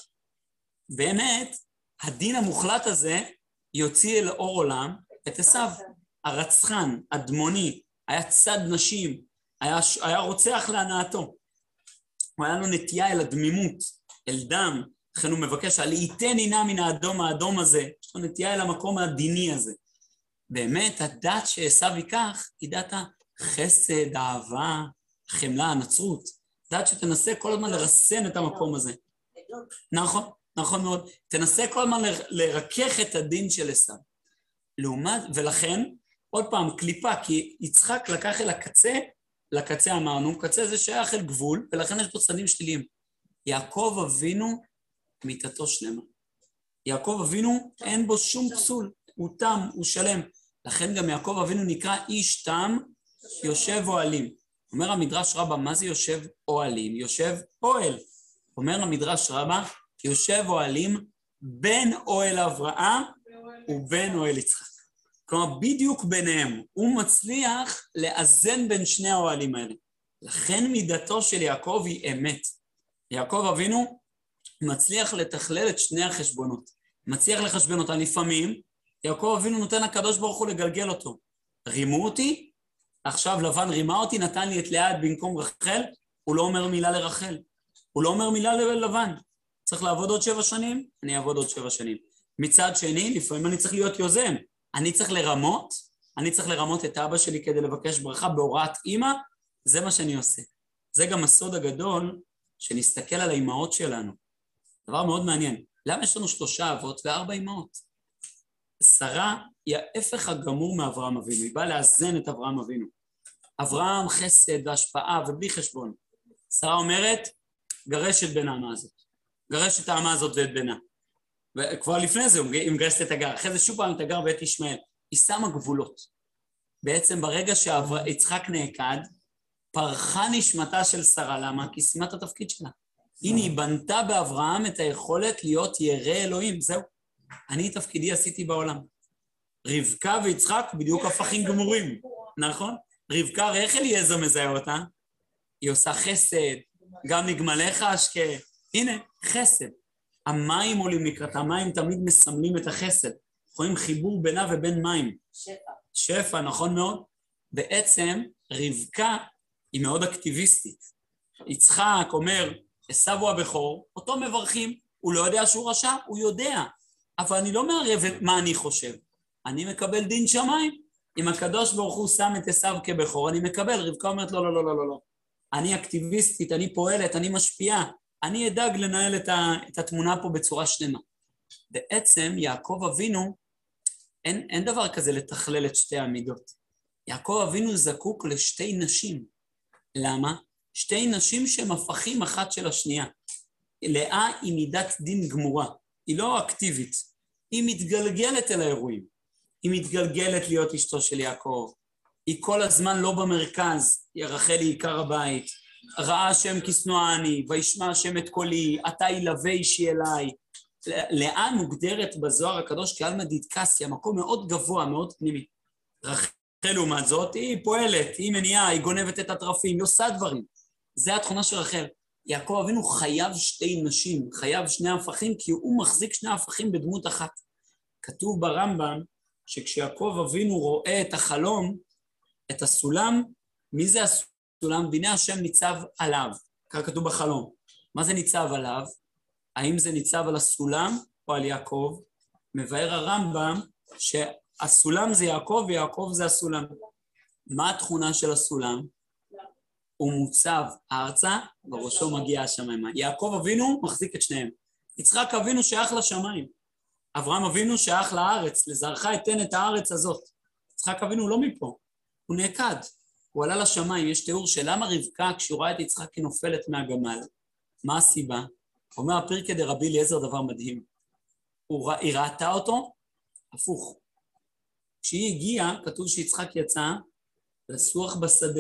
באמת, הדין המוחלט הזה יוציא אל אור עולם את עשיו. הרצחן, הדמוני, היה צד נשים, היה רוצח להנאתו. הוא היה לו נטייה אל הדמימות, אל דם, לכן הוא מבקש, להיתן נא מן האדום הזה, יש לו נטייה אל המקום הדיני הזה. באמת, הדת שעשיו ייקח, היא דת החסד, האהבה, החמלה, הנצרות. דת שתנסה כל הזמן לרסן את המקום הזה. נכון, נכון מאוד. תנסה כל הזמן לרכך את הדין של עשיו. לעומת, ולכן, עוד פעם, קליפה, כי יצחק לקח אל הקצה, לקצה אמרנו, קצה זה שייך אל גבול, ולכן יש פה צדדים שליליים. יעקב אבינו, מיתתו שלמה. יעקב אבינו, אין בו שום פסול, הוא תם, הוא שלם. לכן גם יעקב אבינו נקרא איש תם, יושב אוהלים. אומר המדרש רבה, מה זה יושב אוהלים? יושב אוהל. אומר המדרש רבה, יושב אוהלים בין אוהל אברהם ובין אוהל יצחק. כלומר, בדיוק ביניהם, הוא מצליח לאזן בין שני האוהלים האלה. לכן מידתו של יעקב היא אמת. יעקב אבינו מצליח לתכלל את שני החשבונות. מצליח לחשבן אותה לפעמים, יעקב אבינו נותן הקדוש ברוך הוא לגלגל אותו. רימו אותי, עכשיו לבן רימה אותי, נתן לי את ליעד במקום רחל, הוא לא אומר מילה לרחל. הוא לא אומר מילה ללבן. צריך לעבוד עוד 7 שנים, אני אעבוד עוד 7 שנים. מצד שני, לפעמים אני צריך להיות יוזם. אני צריך לרמות את אבא שלי כדי לבקש ברכה בהוראת אמא, זה מה שאני עושה. זה גם הסוד הגדול, שנסתכל על האימהות שלנו. דבר מאוד מעניין. למה יש לנו 3 אבות ו4 אימהות? שרה היא ההפך הגמור מאברהם אבינו, היא באה לאזן את אברהם אבינו. אברהם חסד והשפעה ובלי חשבון. שרה אומרת, גרש את בן האמה הזאת. גרש את האמה הזאת ואת בנה. וכבר לפני זה היא מגרשת את הגר. אחרי זה שוב פעם את הגר ואת ישמעאל. היא שמה גבולות. בעצם ברגע שיצחק נעקד, פרחה נשמתה של שרה. למה? כי סיימה את התפקיד שלה. הנה היא בנתה באברהם את היכולת להיות ירא אלוהים. זהו. אני תפקידי עשיתי בעולם. רבקה ויצחק בדיוק הפכים גמורים. נכון? רבקה, איך אליעזר מזהה אותה? היא עושה חסד, גם נגמלך אשכה. הנה, חסד. המים עולים לקראת, המים תמיד מסמלים את החסד. רואים חיבור בינה ובין מים. שפע. שפע, נכון מאוד. בעצם רבקה היא מאוד אקטיביסטית. יצחק אומר, עשיו הוא הבכור, אותו מברכים, הוא לא יודע שהוא רשע, הוא יודע. אבל אני לא מערב מה אני חושב. אני מקבל דין שמיים. אם הקדוש ברוך הוא שם את עשיו כבכור, אני מקבל. רבקה אומרת, לא, לא, לא, לא, לא. אני אקטיביסטית, אני פועלת, אני משפיעה. אני אדאג לנהל את התמונה פה בצורה שלמה. בעצם יעקב אבינו, אין דבר כזה לתכלל את שתי המידות. יעקב אבינו זקוק לשתי נשים. למה? שתי נשים שהם הפכים אחת של השנייה. לאה היא מידת דין גמורה. היא לא אקטיבית. היא מתגלגלת אל האירועים. היא מתגלגלת להיות אשתו של יעקב. היא כל הזמן לא במרכז. רחל היא עיקר הבית. ראה השם כשנואני, וישמע השם את קולי, אתה ילווה אישי אליי. לאה מוגדרת בזוהר הקדוש כעלמא דידקסיה, מקום מאוד גבוה, מאוד פנימי. רחל לעומת זאת, היא פועלת, היא מניעה, היא גונבת את הטרפים, היא עושה דברים. זה התכונה של רחל. יעקב אבינו חייב שתי נשים, חייב שני הפכים, כי הוא מחזיק שני הפכים בדמות אחת. כתוב ברמב"ם, שכשיעקב אבינו רואה את החלום, את הסולם, מי זה הסולם? והנה השם ניצב עליו, כך כתוב בחלום. מה זה ניצב עליו? האם זה ניצב על הסולם או על יעקב? מבאר הרמב"ם שהסולם זה יעקב ויעקב זה הסולם. מה התכונה של הסולם? הוא מוצב ארצה, בראשו מגיע השמיים. יעקב אבינו מחזיק את שניהם. יצחק אבינו שייך לשמיים. אברהם אבינו שייך לארץ, לזרעך אתן את הארץ הזאת. יצחק אבינו לא מפה, הוא נעקד. הוא עלה לשמיים, יש תיאור של למה רבקה כשהוא ראה את יצחק היא נופלת מהגמל. מה הסיבה? אומר הפרקי דרבי אליעזר דבר מדהים. היא ראתה אותו, הפוך. כשהיא הגיעה, כתוב שיצחק יצא לסוח בשדה.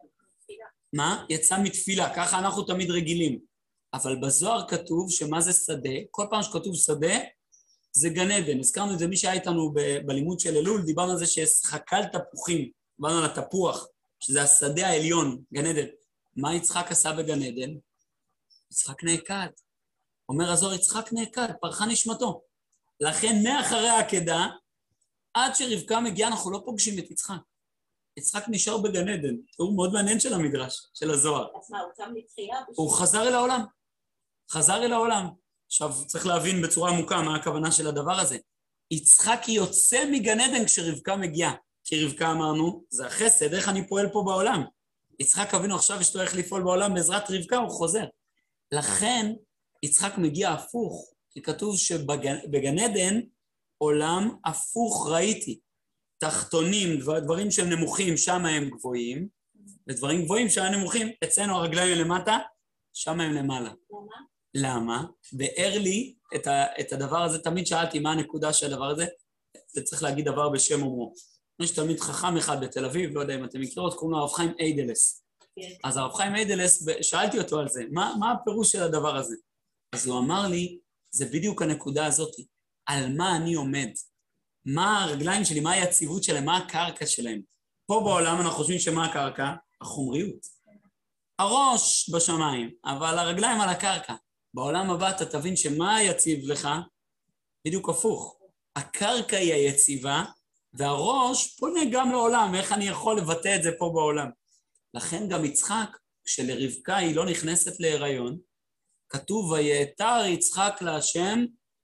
מה? יצא מתפילה, ככה אנחנו תמיד רגילים. אבל בזוהר כתוב שמה זה שדה, כל פעם שכתוב שדה, זה גן עדן. הזכרנו את זה, מי שהיה איתנו בלימוד של אלול, דיברנו על זה שחקל תפוחים, דיברנו על התפוח, שזה השדה העליון, גן עדן. מה יצחק עשה בגן עדן? יצחק נעקד. אומר הזוהר, יצחק נעקד, פרחה נשמתו. לכן מאחרי העקדה, עד שרבקה מגיעה, אנחנו לא פוגשים את יצחק. יצחק נשאר בגן עדן. הוא מאוד מעניין של המדרש, של הזוהר. אז מה, הוא קם לתחייה? הוא חזר אל העולם. חזר אל העולם. עכשיו, צריך להבין בצורה עמוקה מה הכוונה של הדבר הזה. יצחק יוצא מגן עדן כשרבקה מגיעה. כי רבקה אמרנו, זה החסד, איך אני פועל פה בעולם. יצחק אבינו עכשיו יש לו איך לפעול בעולם, בעזרת רבקה הוא חוזר. לכן, יצחק מגיע הפוך, כי כתוב שבגן עדן, עולם הפוך ראיתי. תחתונים, דברים שהם נמוכים, שם הם גבוהים, ודברים גבוהים שם הם נמוכים, אצלנו הרגליים הם למטה, שם הם למעלה. למה? למה? באר לי את הדבר הזה, תמיד שאלתי מה הנקודה של הדבר הזה, זה צריך להגיד דבר בשם אומרו. יש תמיד חכם אחד בתל אביב, לא יודע אם אתם מכירות, קוראים לו הרב חיים איידלס. אז הרב חיים איידלס, שאלתי אותו על זה, מה הפירוש של הדבר הזה? אז הוא אמר לי, זה בדיוק הנקודה הזאת, על מה אני עומד, מה הרגליים שלי, מה היציבות שלהם, מה הקרקע שלהם. פה בעולם אנחנו חושבים שמה הקרקע? החומריות. הראש בשמיים, אבל הרגליים על הקרקע. בעולם הבא אתה תבין שמה היציב לך? בדיוק הפוך. הקרקע היא היציבה, והראש פונה גם לעולם, איך אני יכול לבטא את זה פה בעולם. לכן גם יצחק, כשלרבקה היא לא נכנסת להיריון, כתוב, ויעתר יצחק להשם,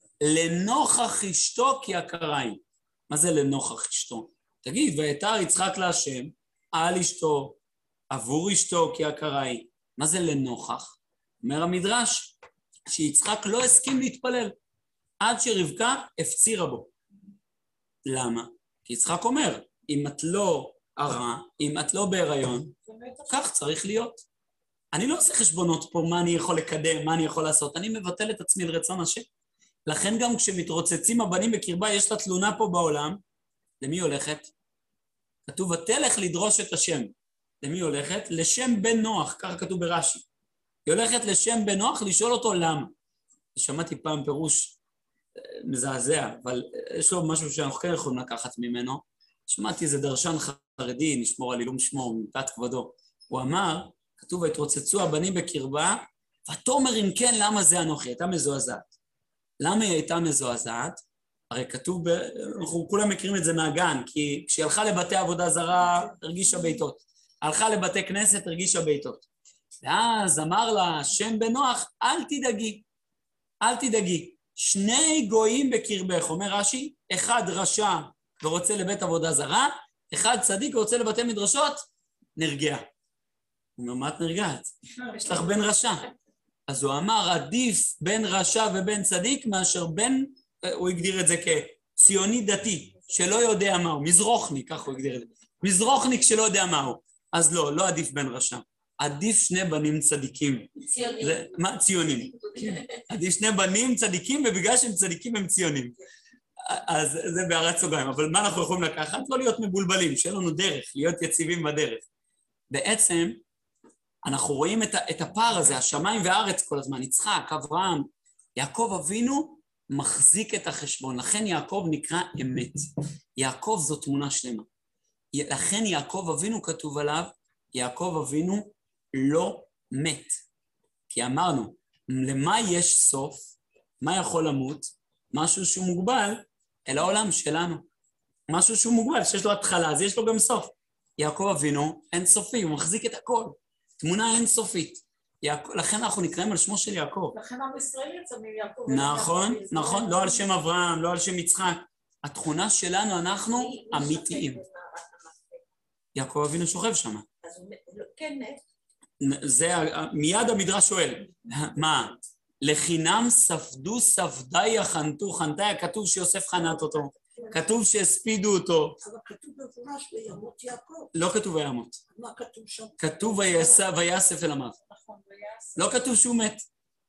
לנוכח אשתו כי יקראי. מה זה לנוכח אשתו? תגיד, ויעתר יצחק להשם, על אשתו, עבור אשתו כי יקראי. מה זה לנוכח? אומר המדרש, שיצחק לא הסכים להתפלל, עד שרבקה הפצירה בו. למה? כי יצחק אומר, אם את לא ערה, אם את לא בהיריון, כך צריך להיות. אני לא עושה חשבונות פה מה אני יכול לקדם, מה אני יכול לעשות, אני מבטל את עצמי לרצון השם. לכן גם כשמתרוצצים הבנים בקרבה, יש לה תלונה פה בעולם, למי היא הולכת? כתוב, ותלך לדרוש את השם. למי היא הולכת? לשם בן נוח, ככה כתוב ברש"י. היא הולכת לשם בן נוח לשאול אותו למה. שמעתי פעם פירוש מזעזע, אבל יש לו משהו שאנחנו כן יכולים לקחת ממנו. שמעתי איזה דרשן חרדי, נשמור על עילום שמו, מפאת כבודו. הוא אמר, כתוב, התרוצצו הבנים בקרבה, ותאמר אם כן, למה זה אנוכי? הייתה מזועזעת. למה היא הייתה מזועזעת? הרי כתוב, אנחנו כולם מכירים את זה מהגן, כי כשהיא הלכה לבתי עבודה זרה, הרגישה ביתות. הלכה לבתי כנסת, הרגישה ביתות. ואז אמר לה שם בן נוח, אל תדאגי, אל תדאגי. שני גויים בקרבך, אומר רש"י, אחד רשע ורוצה לבית עבודה זרה, אחד צדיק ורוצה לבתי מדרשות, נרגעה. הוא אומר, מה את נרגעת? יש לך בן רשע. אז הוא אמר, עדיף בין רשע ובין צדיק, מאשר בין, הוא הגדיר את זה כציוני דתי, שלא יודע מהו, מזרוחניק, כך הוא הגדיר את זה. מזרוחניק שלא יודע מהו. אז לא, לא עדיף בין רשע. עדיף שני בנים צדיקים. ציונים. מה? ציונים. עדיף שני בנים צדיקים, ובגלל שהם צדיקים הם ציונים. אז זה בהערת סוגריים. אבל מה אנחנו יכולים לקחת? לא להיות מבולבלים, שיהיה לנו דרך, להיות יציבים בדרך. בעצם, אנחנו רואים את הפער הזה, השמיים והארץ כל הזמן, יצחק, אברהם, יעקב אבינו מחזיק את החשבון, לכן יעקב נקרא אמת. יעקב זו תמונה שלמה. לכן יעקב אבינו כתוב עליו, יעקב אבינו לא מת. כי אמרנו, למה יש סוף? מה יכול למות? משהו שהוא מוגבל אל העולם שלנו. משהו שהוא מוגבל, שיש לו התחלה, אז יש לו גם סוף. יעקב אבינו אין סופי, הוא מחזיק את הכל. תמונה אינסופית. לכן אנחנו נקראים על שמו של יעקב. לכן עם ישראל יצא מיעקב. נכון, נכון, לא על שם אברהם, לא על שם יצחק. התכונה שלנו, אנחנו אמיתיים. יעקב אבינו שוכב שם. אז הוא כן מת. זה, מיד המדרש שואל, מה? לחינם ספדו ספדי יחנתו, חנתה היה כתוב שיוסף חנת אותו, כתוב שהספידו אותו. אבל כתוב במפורש וימות יעקב. לא כתוב וימות. מה כתוב שם? כתוב ויאסף אל עמיו. נכון, ויעש. לא כתוב שהוא מת.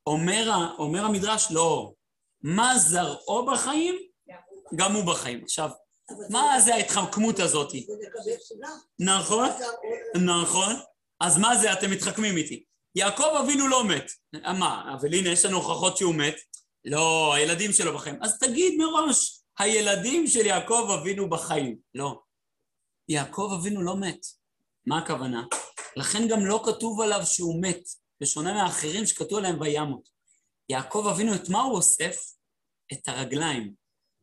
אומר המדרש, לא. מה זרעו בחיים? גם הוא בחיים. עכשיו, מה זה ההתחמקמות הזאת? זה לגבי כולם. נכון? נכון. אז מה זה? אתם מתחכמים איתי. יעקב אבינו לא מת. מה? אבל הנה, יש לנו הוכחות שהוא מת. לא, הילדים שלו בחיים. אז תגיד מראש, הילדים של יעקב אבינו בחיים. לא. יעקב אבינו לא מת. מה הכוונה? לכן גם לא כתוב עליו שהוא מת, בשונה מהאחרים שכתוב עליהם וימות. יעקב אבינו, את מה הוא אוסף? את הרגליים.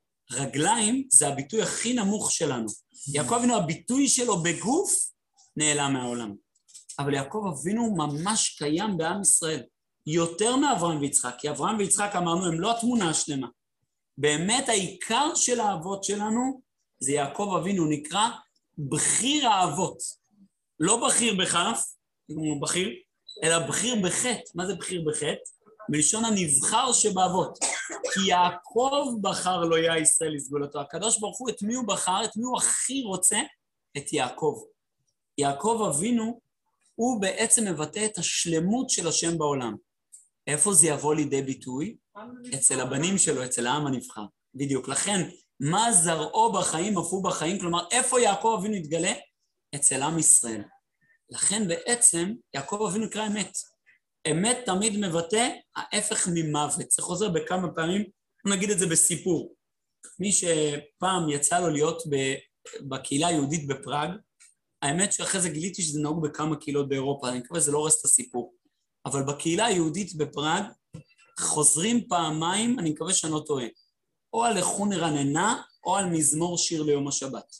רגליים זה הביטוי הכי נמוך שלנו. יעקב אבינו, הביטוי שלו בגוף, נעלם מהעולם. אבל יעקב אבינו ממש קיים בעם ישראל, יותר מאברהם ויצחק, כי אברהם ויצחק אמרנו, הם לא התמונה השלמה. באמת העיקר של האבות שלנו, זה יעקב אבינו, נקרא בחיר האבות. לא בחיר בכף, כמו בחיר, אלא בחיר בחטא. מה זה בחיר בחטא? בלשון הנבחר שבאבות. כי יעקב בחר לו יא ישראל לסגולתו. הקדוש ברוך הוא, את מי הוא בחר? את מי הוא הכי רוצה? את יעקב. יעקב אבינו, הוא בעצם מבטא את השלמות של השם בעולם. איפה זה יבוא לידי ביטוי? אצל הבנים שלו, אצל העם הנבחר. בדיוק. לכן, מה זרעו בחיים, אף הוא בחיים? כלומר, איפה יעקב אבינו יתגלה? אצל עם ישראל. לכן בעצם, יעקב אבינו נקרא אמת. אמת תמיד מבטא ההפך ממוות. זה חוזר בכמה פעמים, נגיד את זה בסיפור. מי שפעם יצא לו להיות בקהילה היהודית בפראג, האמת שאחרי זה גיליתי שזה נהוג בכמה קהילות באירופה, אני מקווה שזה לא הורס את הסיפור. אבל בקהילה היהודית בפראג, חוזרים פעמיים, אני מקווה שאני לא טועה, או על לחון רננה, או על מזמור שיר ליום השבת.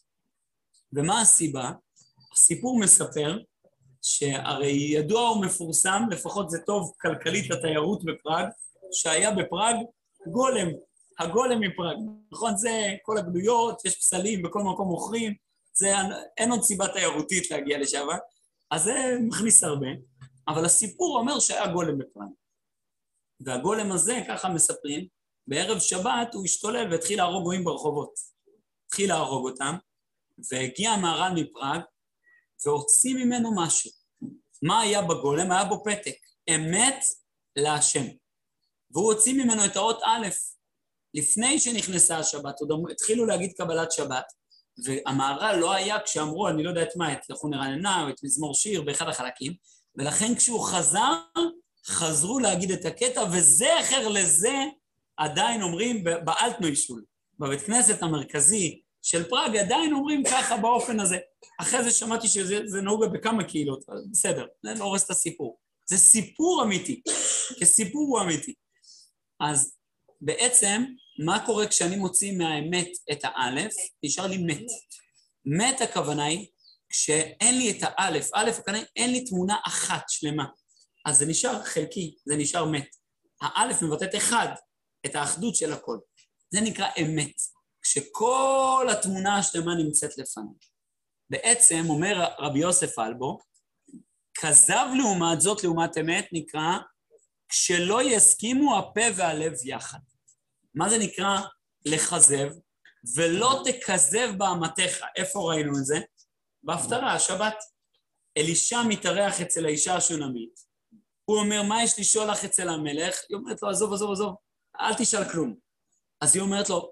ומה הסיבה? הסיפור מספר שהרי ידוע ומפורסם, לפחות זה טוב כלכלית לתיירות בפראג, שהיה בפראג גולם, הגולם מפראג. נכון, זה כל הגלויות, יש פסלים, בכל מקום מוכרים, אין עוד סיבה תיירותית להגיע לשם, אז זה מכניס הרבה. אבל הסיפור אומר שהיה גולם בפראג. והגולם הזה, ככה מספרים, בערב שבת הוא השתולל והתחיל להרוג גויים ברחובות. התחיל להרוג אותם, והגיע המהר"ל מפראג, והוציא ממנו משהו. מה היה בגולם? היה בו פתק, אמת להשם. והוא הוציא ממנו את האות א', לפני שנכנסה השבת, עוד התחילו להגיד קבלת שבת, והמהר"ל לא היה כשאמרו, אני לא יודע את מה, את לכו נרננה או את מזמור שיר באחד החלקים, ולכן כשהוא חזר, חזרו להגיד את הקטע, וזכר לזה עדיין אומרים באלטנוי שול, בבית כנסת המרכזי של פראג, עדיין אומרים ככה באופן הזה. אחרי זה שמעתי שזה נהוג בכמה קהילות, בסדר, זה לא הורס את הסיפור. זה סיפור אמיתי, כסיפור הוא אמיתי. אז בעצם, מה קורה כשאני מוציא מהאמת את האלף? נשאר לי מת. מת הכוונה היא, כשאין לי את האלף, אלף הכוונה היא, אין לי תמונה אחת שלמה. אז זה נשאר חלקי, זה נשאר מת. האלף מבטאת אחד, את האחדות של הכל. זה נקרא אמת, כשכל התמונה השלמה נמצאת לפניו. בעצם, אומר רבי יוסף אלבו, כזב לעומת זאת, לעומת אמת, נקרא, כשלא יסכימו הפה והלב יחד. מה זה נקרא לכזב? ולא תכזב באמתך. איפה ראינו את זה? בהפטרה, השבת. אלישע מתארח אצל האישה השונמית. הוא אומר, מה יש לשאול לך אצל המלך? היא אומרת לו, עזוב, עזוב, עזוב, אל תשאל כלום. אז היא אומרת לו,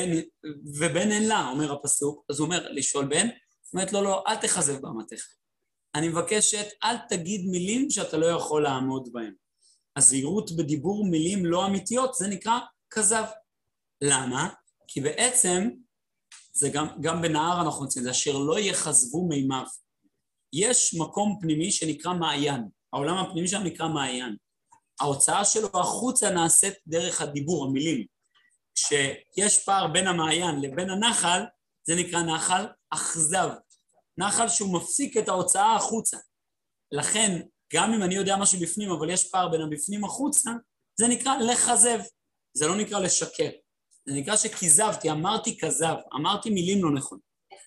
ובן אין לה, אומר הפסוק, אז הוא אומר, לשאול בן? היא אומרת לו, לא, אל תכזב באמתך. אני מבקשת, אל תגיד מילים שאתה לא יכול לעמוד בהן. הזהירות בדיבור מילים לא אמיתיות, זה נקרא כזב. למה? כי בעצם, זה גם בנהר אנחנו רוצים, זה אשר לא יחזבו מימיו. יש מקום פנימי שנקרא מעיין. העולם הפנימי שם נקרא מעיין. ההוצאה שלו החוצה נעשית דרך הדיבור, המילים. כשיש פער בין המעיין לבין הנחל, זה נקרא נחל אכזב. נחל שהוא מפסיק את ההוצאה החוצה. לכן, גם אם אני יודע משהו בפנים, אבל יש פער בין הבפנים החוצה, זה נקרא לחזב. זה לא נקרא לשקר. זה נקרא שכיזבתי, אמרתי כזב, אמרתי מילים לא נכונות.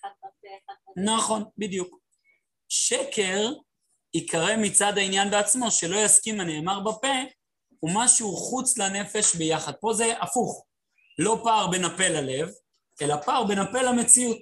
נכון, בדיוק. שקר יקרא מצד העניין בעצמו, שלא יסכים הנאמר בפה, הוא משהו חוץ לנפש ביחד. פה זה הפוך. לא פער בין הפה ללב, אלא פער בין הפה למציאות.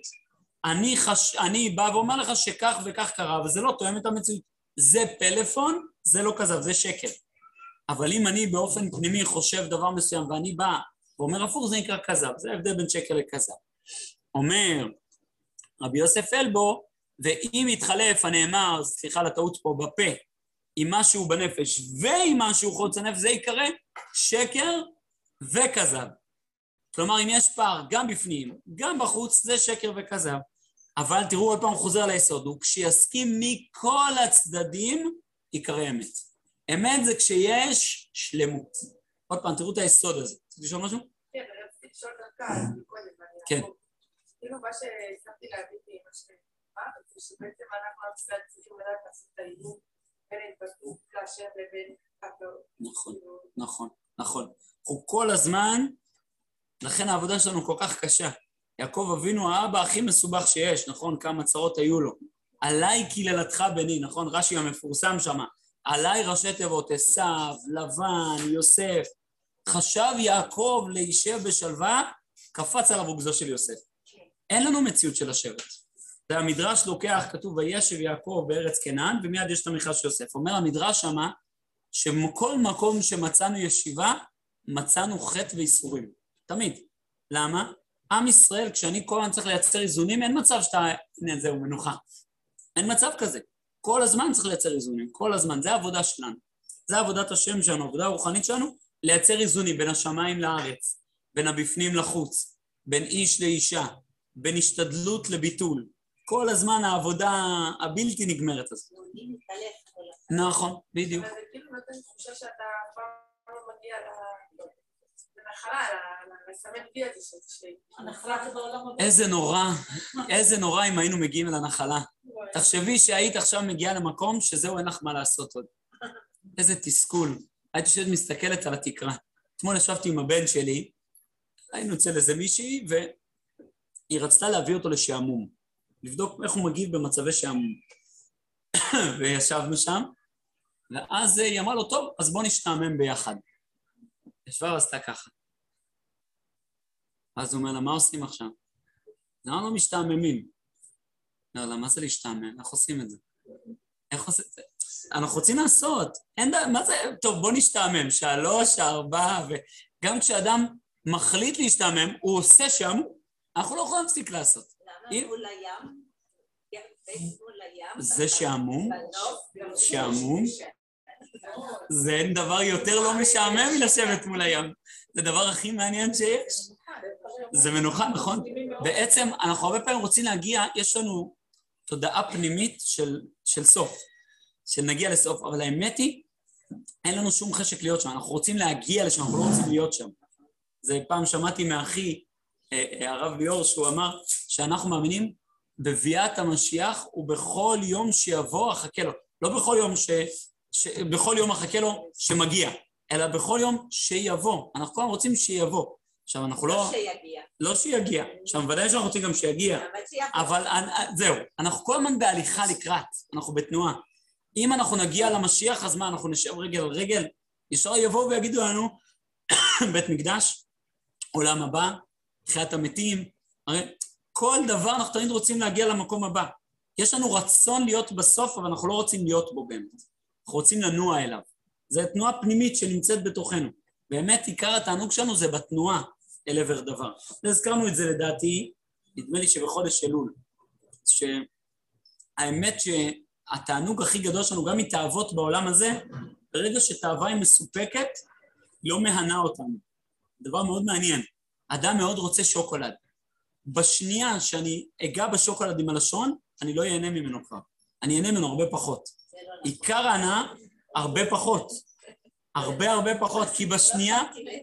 אני בא ואומר לך שכך וכך קרה, וזה לא תואם את המציאות. זה פלאפון, זה לא כזב, זה שקר. אבל אם אני באופן פנימי חושב דבר מסוים, ואני בא ואומר הפוך, זה נקרא כזב. זה ההבדל בין שקר לכזב. אומר רבי יוסף אלבו, ואם יתחלף הנאמר, סליחה לטעות פה, בפה, עם משהו בנפש ועם משהו חוץ הנפש, זה יקרא שקר וכזב. כלומר, אם יש פער גם בפנים, גם בחוץ, זה שקר וכזב. אבל תראו עוד פעם חוזר ליסוד, הוא כשיסכים מכל הצדדים, יקרא אמת. אמת זה כשיש שלמות. עוד פעם, תראו את היסוד הזה. צריך לשאול משהו? כן, אני רציתי לשאול דרכה, קודם, כן. כאילו מה שהצלחתי להבין מה שאמרת, זה שבעצם אנחנו המסגרת צריכים לדעת לעשות את העיון בין התבטאות להשם לבין נכון, נכון, נכון. אנחנו כל הזמן, לכן העבודה שלנו כל כך קשה. יעקב אבינו האבא הכי מסובך שיש, נכון? כמה צרות היו לו. עליי קללתך בני, נכון? רש"י המפורסם שם. עליי ראשי תיבות, עשיו, לבן, יוסף. חשב יעקב להישב בשלווה, קפץ על אבוגזו של יוסף. אין לנו מציאות של השבט. והמדרש לוקח, כתוב, וישב יעקב בארץ כנען, ומיד יש את המכרז של יוסף. אומר המדרש שמה, שבכל מקום שמצאנו ישיבה, מצאנו חטא ואיסורים. תמיד. למה? עם ישראל, כשאני כל הזמן צריך לייצר איזונים, אין מצב שאתה, הנה זהו, מנוחה. אין מצב כזה. כל הזמן צריך לייצר איזונים, כל הזמן. זה העבודה שלנו. זה עבודת השם שלנו, העבודה הרוחנית שלנו, לייצר איזונים בין השמיים לארץ, בין הבפנים לחוץ, בין איש לאישה, בין השתדלות לביטול. כל הזמן העבודה הבלתי נגמרת הזאת. נכון, בדיוק. אבל זה כאילו נותן תחושה שאתה פעם לא מגיע לנחלה, לסמן בי הזה הנחלה זה בעולם הבא. איזה נורא אם היינו מגיעים אל הנחלה. תחשבי שהיית עכשיו מגיעה למקום שזהו אין לך מה לעשות עוד. איזה תסכול. הייתי שאת מסתכלת על התקרה. אתמול ישבתי עם הבן שלי, היינו אצל איזה מישהי, והיא רצתה להביא אותו לשעמום. לבדוק איך הוא מגיב במצבי שעמום. וישבנו שם, ואז היא אמרה לו, טוב, אז בוא נשתעמם ביחד. ישבה ועשתה ככה. אז הוא אומר לה, מה עושים עכשיו? אנחנו משתעממים. לא, מה זה להשתעמם? איך עושים את זה? איך עושים את זה? אנחנו רוצים לעשות. מה זה? טוב, בוא נשתעמם. 3, 4, וגם כשאדם מחליט להשתעמם, הוא עושה שם, אנחנו לא יכולים להפסיק לעשות. למה מול הים? מול הים? זה שעמום. שעמום. זה אין דבר יותר לא משעמם מלשבת מול הים. זה הדבר הכי מעניין שיש. זה מנוחה, נכון? בעצם אנחנו הרבה פעמים רוצים להגיע, יש לנו תודעה פנימית של סוף, שנגיע לסוף, אבל האמת היא, אין לנו שום חשק להיות שם, אנחנו רוצים להגיע לשם, אנחנו לא רוצים להיות שם. זה פעם שמעתי מאחי, הרב ליאור, שהוא אמר שאנחנו מאמינים בביאת המשיח, ובכל יום שיבוא אחכה לו. לא בכל יום בכל יום אחכה לו שמגיע, אלא בכל יום שיבוא. אנחנו כולם רוצים שיבוא. עכשיו אנחנו לא... שיגיע. לא שיגיע. עכשיו ודאי שאנחנו רוצים גם שיגיע. אבל זהו, אנחנו כל הזמן בהליכה לקראת, אנחנו בתנועה. אם אנחנו נגיע למשיח, אז מה, אנחנו נשאר רגל על רגל? ישר יבואו ויגידו לנו, בית מקדש, עולם הבא, תחיית המתים, הרי כל דבר אנחנו תמיד רוצים להגיע למקום הבא. יש לנו רצון להיות בסוף, אבל אנחנו לא רוצים להיות בו באמת. אנחנו רוצים לנוע אליו. זו תנועה פנימית שנמצאת בתוכנו. באמת עיקר התענוג שלנו זה בתנועה אל עבר דבר. הזכרנו את זה לדעתי, נדמה לי שבחודש אלול, שהאמת שהתענוג הכי גדול שלנו גם מתאהבות בעולם הזה, ברגע שתאווה היא מסופקת, לא מהנה אותנו. דבר מאוד מעניין. אדם מאוד רוצה שוקולד. בשנייה שאני אגע בשוקולד עם הלשון, אני לא ייהנה ממנו כבר. אני ייהנה ממנו הרבה פחות. עיקר ההנאה, הרבה פחות. הרבה פחות, כי בשנייה...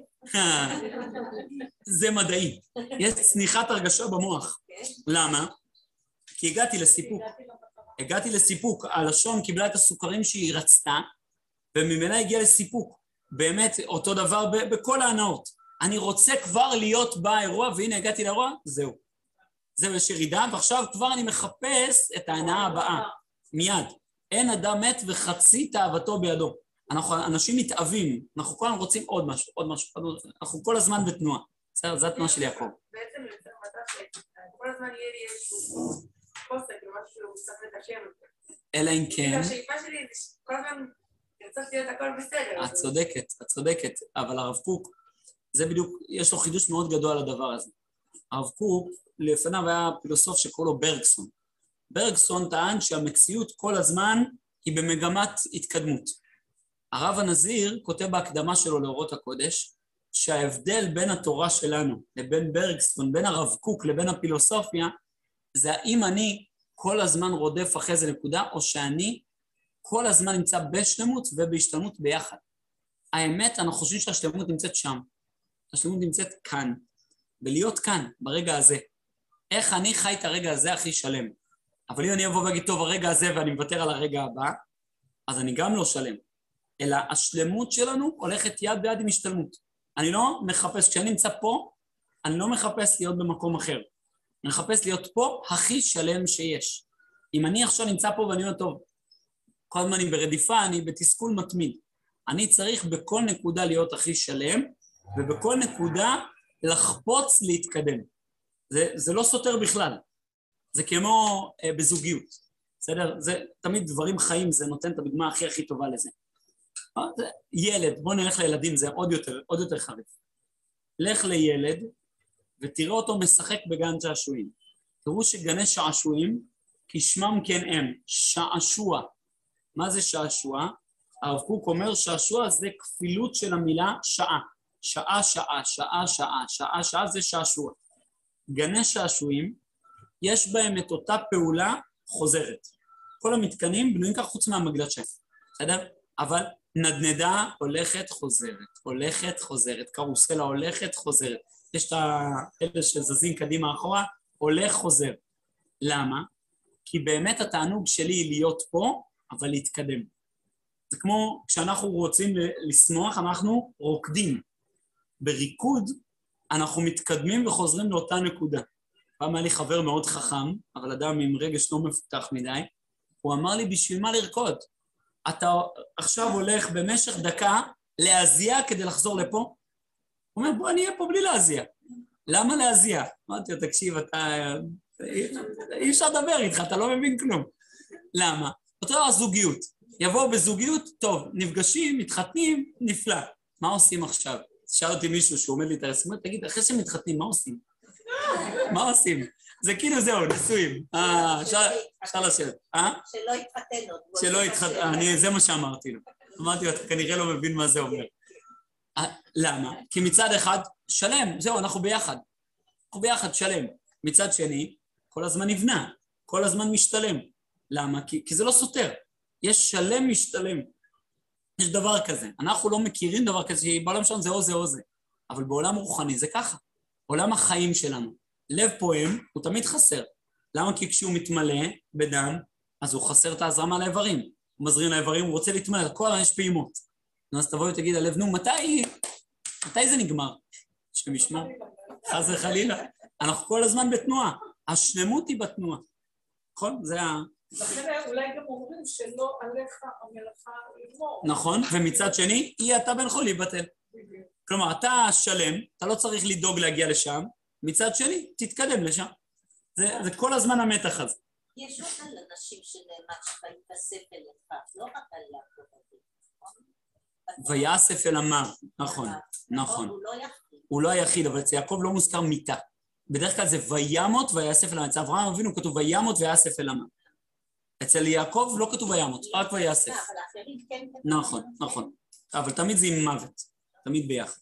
זה מדעי. יש צניחת הרגשה במוח. למה? כי הגעתי לסיפוק. הגעתי לסיפוק. הלשון קיבלה את הסוכרים שהיא רצתה, וממילא הגיעה לסיפוק. באמת, אותו דבר בכל ההנאות. אני רוצה כבר להיות באירוע, והנה הגעתי לאירוע, זהו. זהו, יש ירידה, ועכשיו כבר אני מחפש את ההנאה הבאה. מיד. אין אדם מת וחצי תאוותו בידו. אנשים מתאבים, אנחנו כל הזמן רוצים עוד משהו, אנחנו כל הזמן בתנועה. זה התנועה של יעקב. בעצם יוצא מצב שכל הזמן יהיה לי איזשהו חוסק, משהו שצריך לתקן אותו. אלא אם כן... השאיפה שלי זה כל הזמן לרצות להיות הכל בסדר. את צודקת, אבל הרב קוק, זה בדיוק, יש לו חידוש מאוד גדול על הדבר הזה. הרב קוק, לפניו היה פילוסוף שקורא לו ברגסון. ברגסון טען שהמציאות כל הזמן היא במגמת התקדמות. הרב הנזיר כותב בהקדמה שלו לאורות הקודש, שההבדל בין התורה שלנו לבין ברגסון, בין הרב קוק לבין הפילוסופיה, זה האם אני כל הזמן רודף אחרי זה נקודה, או שאני כל הזמן נמצא בשלמות ובהשתלמות ביחד. האמת, אנחנו חושבים שהשלמות נמצאת שם. השלמות נמצאת כאן, ולהיות כאן, ברגע הזה. איך אני חי את הרגע הזה הכי שלם. אבל אם אני אבוא ואגיד, טוב, הרגע הזה ואני מוותר על הרגע הבא, אז אני גם לא שלם. אלא השלמות שלנו הולכת יד ביד עם השתלמות. אני לא מחפש, כשאני נמצא פה, אני לא מחפש להיות במקום אחר. אני מחפש להיות פה הכי שלם שיש. אם אני עכשיו נמצא פה ואני אומר, טוב, כל הזמן אני ברדיפה, אני בתסכול מתמיד. אני צריך בכל נקודה להיות הכי שלם, ובכל נקודה לחפוץ להתקדם. זה לא סותר בכלל. זה כמו בזוגיות. בסדר? זה תמיד דברים חיים, זה נותן את הדוגמה הכי טובה לזה. ילד, בוא נלך לילדים, זה עוד יותר חריף. לך לילד ותראה אותו משחק בגן שעשועים. תראו שגני שעשועים, כשמם כן הם, שעשוע. מה זה שעשוע? הרב קוק אומר שעשוע זה כפילות של המילה שעה. שעה זה שעשוע. גני שעשועים, יש בהם את אותה פעולה חוזרת. כל המתקנים בנויים כך חוץ מהמגלשה. בסדר? אבל נדנדה הולכת חוזרת, קרוסלה הולכת חוזרת. יש את האלה שזזים קדימה אחורה, הולך חוזר. למה? כי באמת התענוג שלי היא להיות פה, אבל להתקדם. זה כמו כשאנחנו רוצים לשמוח, אנחנו רוקדים. בריקוד אנחנו מתקדמים וחוזרים לאותה נקודה. פעם היה לי חבר מאוד חכם, אבל אדם עם רגש לא מפותח מדי, הוא אמר לי בשביל מה לרקוד? אתה עכשיו הולך במשך דקה להזיע כדי לחזור לפה? הוא אומר, בוא אני אהיה פה בלי להזיע. למה להזיע? אמרתי לו, תקשיב, אי אפשר לדבר איתך, אתה לא מבין כלום. למה? אותו הזוגיות. יבואו בזוגיות, טוב, נפגשים, מתחתנים, נפלא. מה עושים עכשיו? שאל אותי מישהו שהוא עומד לי את הרסים, תגיד, אחרי שמתחתנים, מה עושים? מה עושים? זה כאילו זהו, נשואים. אפשר לשבת. שלא יתחתן עוד. שלא יתחתן, זה מה שאמרתי לו. אמרתי לו, אתה כנראה לא מבין מה זה אומר. למה? כי מצד אחד, שלם, זהו, אנחנו ביחד. אנחנו ביחד, שלם. מצד שני, כל הזמן נבנה, כל הזמן משתלם. למה? כי זה לא סותר. יש שלם משתלם. יש דבר כזה. אנחנו לא מכירים דבר כזה, שבעולם שלנו זה או זה או זה. אבל בעולם רוחני זה ככה. עולם החיים שלנו. לב פועם הוא תמיד חסר. למה? כי כשהוא מתמלא בדם, אז הוא חסר את ההזרמה לאיברים. הוא מזרים לאיברים, הוא רוצה להתמלא, כל הזמן יש פעימות. אז תבואי ותגיד הלב, נו, מתי זה נגמר? שמשמע, חס וחלילה. אנחנו כל הזמן בתנועה. השלמות היא בתנועה. נכון? זה לכן אולי גם אומרים שלא עליך המלאכה לגמור. נכון, ומצד שני, אתה בן יכול להיבטל. כלומר, אתה שלם, אתה לא צריך לדאוג להגיע לשם, מצד שני, תתקדם לשם. זה כל הזמן המתח הזה. יש עוד על אנשים שנאמר שיתאסף אליך, לא רק על יעקב. ויאסף אל עמיו, נכון. הוא לא היחיד, אבל אצל יעקב לא מוזכר מיתה. בדרך כלל זה וימות ויאסף אל עמיו. אצל אברהם אבינו כתוב וימות ויאסף אל עמיו. אצל יעקב לא כתוב וימות, רק ויאסף. נכון. אבל תמיד זה עם מוות, תמיד ביחד.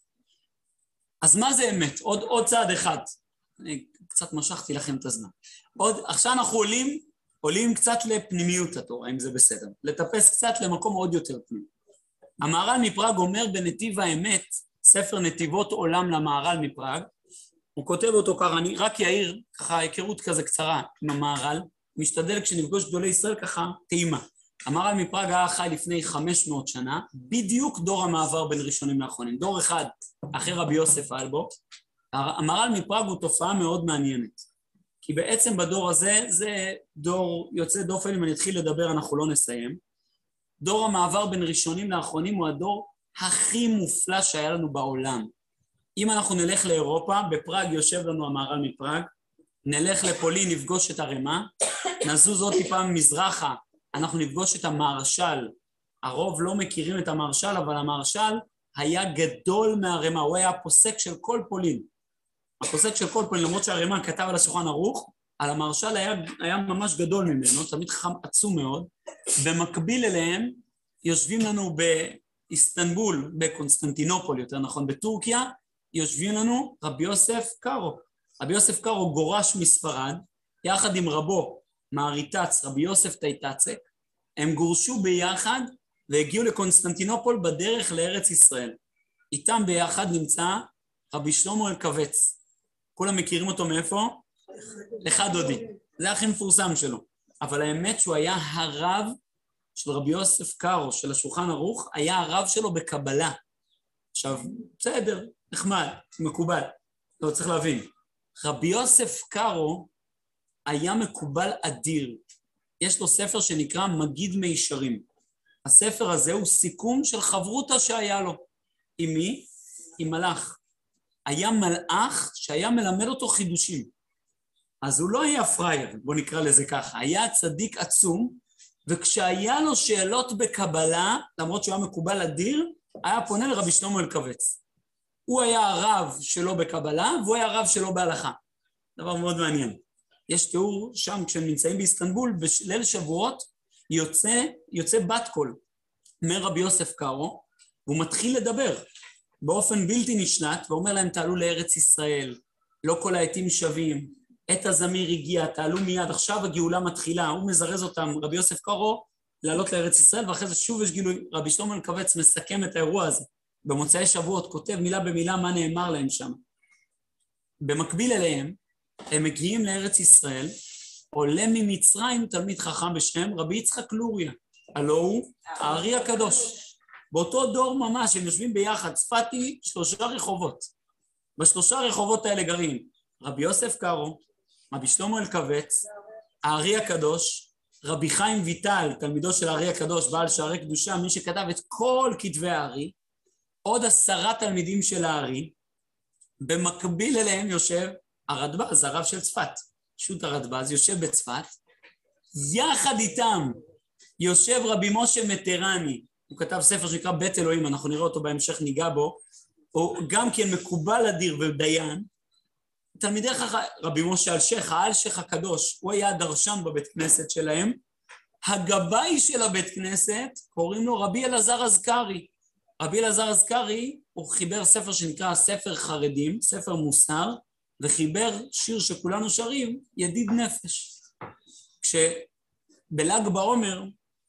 אז מה זה אמת? עוד צעד אחד. אני קצת משכתי לכם את הזמן. עכשיו אנחנו עולים קצת לפנימיות התורה, אם זה בסדר. לטפס קצת למקום עוד יותר פנימי. המהר"ל מפראג אומר בנתיב האמת, ספר נתיבות עולם למהר"ל מפראג, הוא כותב אותו ככה, אני רק יאיר ככה היכרות כזה קצרה עם המהר"ל, משתדל כשנפגוש גדולי ישראל ככה טעימה. המהר"ל מפראג היה חי לפני 500 שנה, בדיוק דור המעבר בין ראשונים לאחרונים, דור אחד אחרי רבי יוסף אלבו. המהר"ל מפראג הוא תופעה מאוד מעניינת, כי בעצם בדור הזה, זה דור יוצא דופן, אם אני אתחיל לדבר אנחנו לא נסיים. דור המעבר בין ראשונים לאחרונים הוא הדור הכי מופלא שהיה לנו בעולם. אם אנחנו נלך לאירופה, בפראג יושב לנו המהר"ל מפראג, נלך לפולין, נפגוש את הרמ"א, נזוז עוד טיפה מזרחה, אנחנו נפגוש את המהרש"ל. הרוב לא מכירים את המהרש"ל, אבל המהרש"ל היה גדול מהרמ"א, הוא היה הפוסק של כל פולין. הפוסק של כל פולין, למרות שהרמ"א כתב על השולחן ערוך, על המהרש"ל היה ממש גדול ממנו, תמיד חכם עצום מאוד. במקביל אליהם יושבים לנו באיסטנבול, בקונסטנטינופול יותר נכון, בטורקיה, יושבים לנו רבי יוסף קארו. רבי יוסף קארו גורש מספרד, יחד עם רבו מהריטץ, רבי יוסף טייטצק, הם גורשו ביחד והגיעו לקונסטנטינופול בדרך לארץ ישראל. איתם ביחד נמצא רבי שלמה אלקבץ. כולם מכירים אותו מאיפה? לך דודי. זה הכי מפורסם שלו. אבל האמת שהוא היה הרב של רבי יוסף קארו, של השולחן ערוך, היה הרב שלו בקבלה. עכשיו, בסדר, נחמד, מקובל. לא, צריך להבין. רבי יוסף קארו היה מקובל אדיר. יש לו ספר שנקרא מגיד מישרים. הספר הזה הוא סיכום של חברותה שהיה לו. עם מי? עם מלאך. היה מלאך שהיה מלמד אותו חידושים. אז הוא לא היה פרייר, בוא נקרא לזה ככה. היה צדיק עצום, וכשהיה לו שאלות בקבלה, למרות שהוא היה מקובל אדיר, היה פונה לרבי שלמה אלקבץ. הוא היה הרב שלו בקבלה, והוא היה הרב שלו בהלכה. דבר מאוד מעניין. יש תיאור שם, כשהם נמצאים באיסטנבול, בליל שבועות, יוצא בת קול מרבי יוסף קארו, והוא מתחיל לדבר באופן בלתי נשלט, ואומר להם, תעלו לארץ ישראל, לא כל העתים שווים, עת הזמיר הגיע, תעלו מיד, עכשיו הגאולה מתחילה, הוא מזרז אותם, רבי יוסף קארו, לעלות לארץ ישראל, ואחרי זה שוב יש גילוי, רבי שלמה אלקבץ מסכם את האירוע הזה, במוצאי שבועות, כותב מילה במילה מה נאמר להם שם. במקביל אליהם, הם מגיעים לארץ ישראל, עולה ממצרים תלמיד חכם בשם רבי יצחק לוריה, הלא הוא הארי הקדוש. באותו דור ממש, הם יושבים ביחד, צפתי 3 רחובות. ב3 רחובות האלה גרים רבי יוסף קארו, רבי שלמה אלקבץ, הארי הקדוש, רבי חיים ויטל, תלמידו של הארי הקדוש, בעל שערי קדושה, מי שכתב את כל כתבי הארי, עוד 10 תלמידים של הארי, במקביל אליהם יושב הרדב"ז, הרב של צפת, שו"ת הרדב"ז, יושב בצפת, יחד איתם יושב רבי משה מטרני, הוא כתב ספר שנקרא בית אלוהים, אנחנו נראה אותו בהמשך, ניגע בו, הוא גם כן מקובל אדיר ודיין, תלמידי רבי משה אלשיך, האלשיך הקדוש, הוא היה הדרשן בבית כנסת שלהם, הגבאי של הבית כנסת, קוראים לו רבי אלעזר אזכרי. רבי אלעזר אזכרי, הוא חיבר ספר שנקרא ספר חרדים, ספר מוסר, וחיבר שיר שכולנו שרים, ידיד נפש. כשבל"ג בעומר,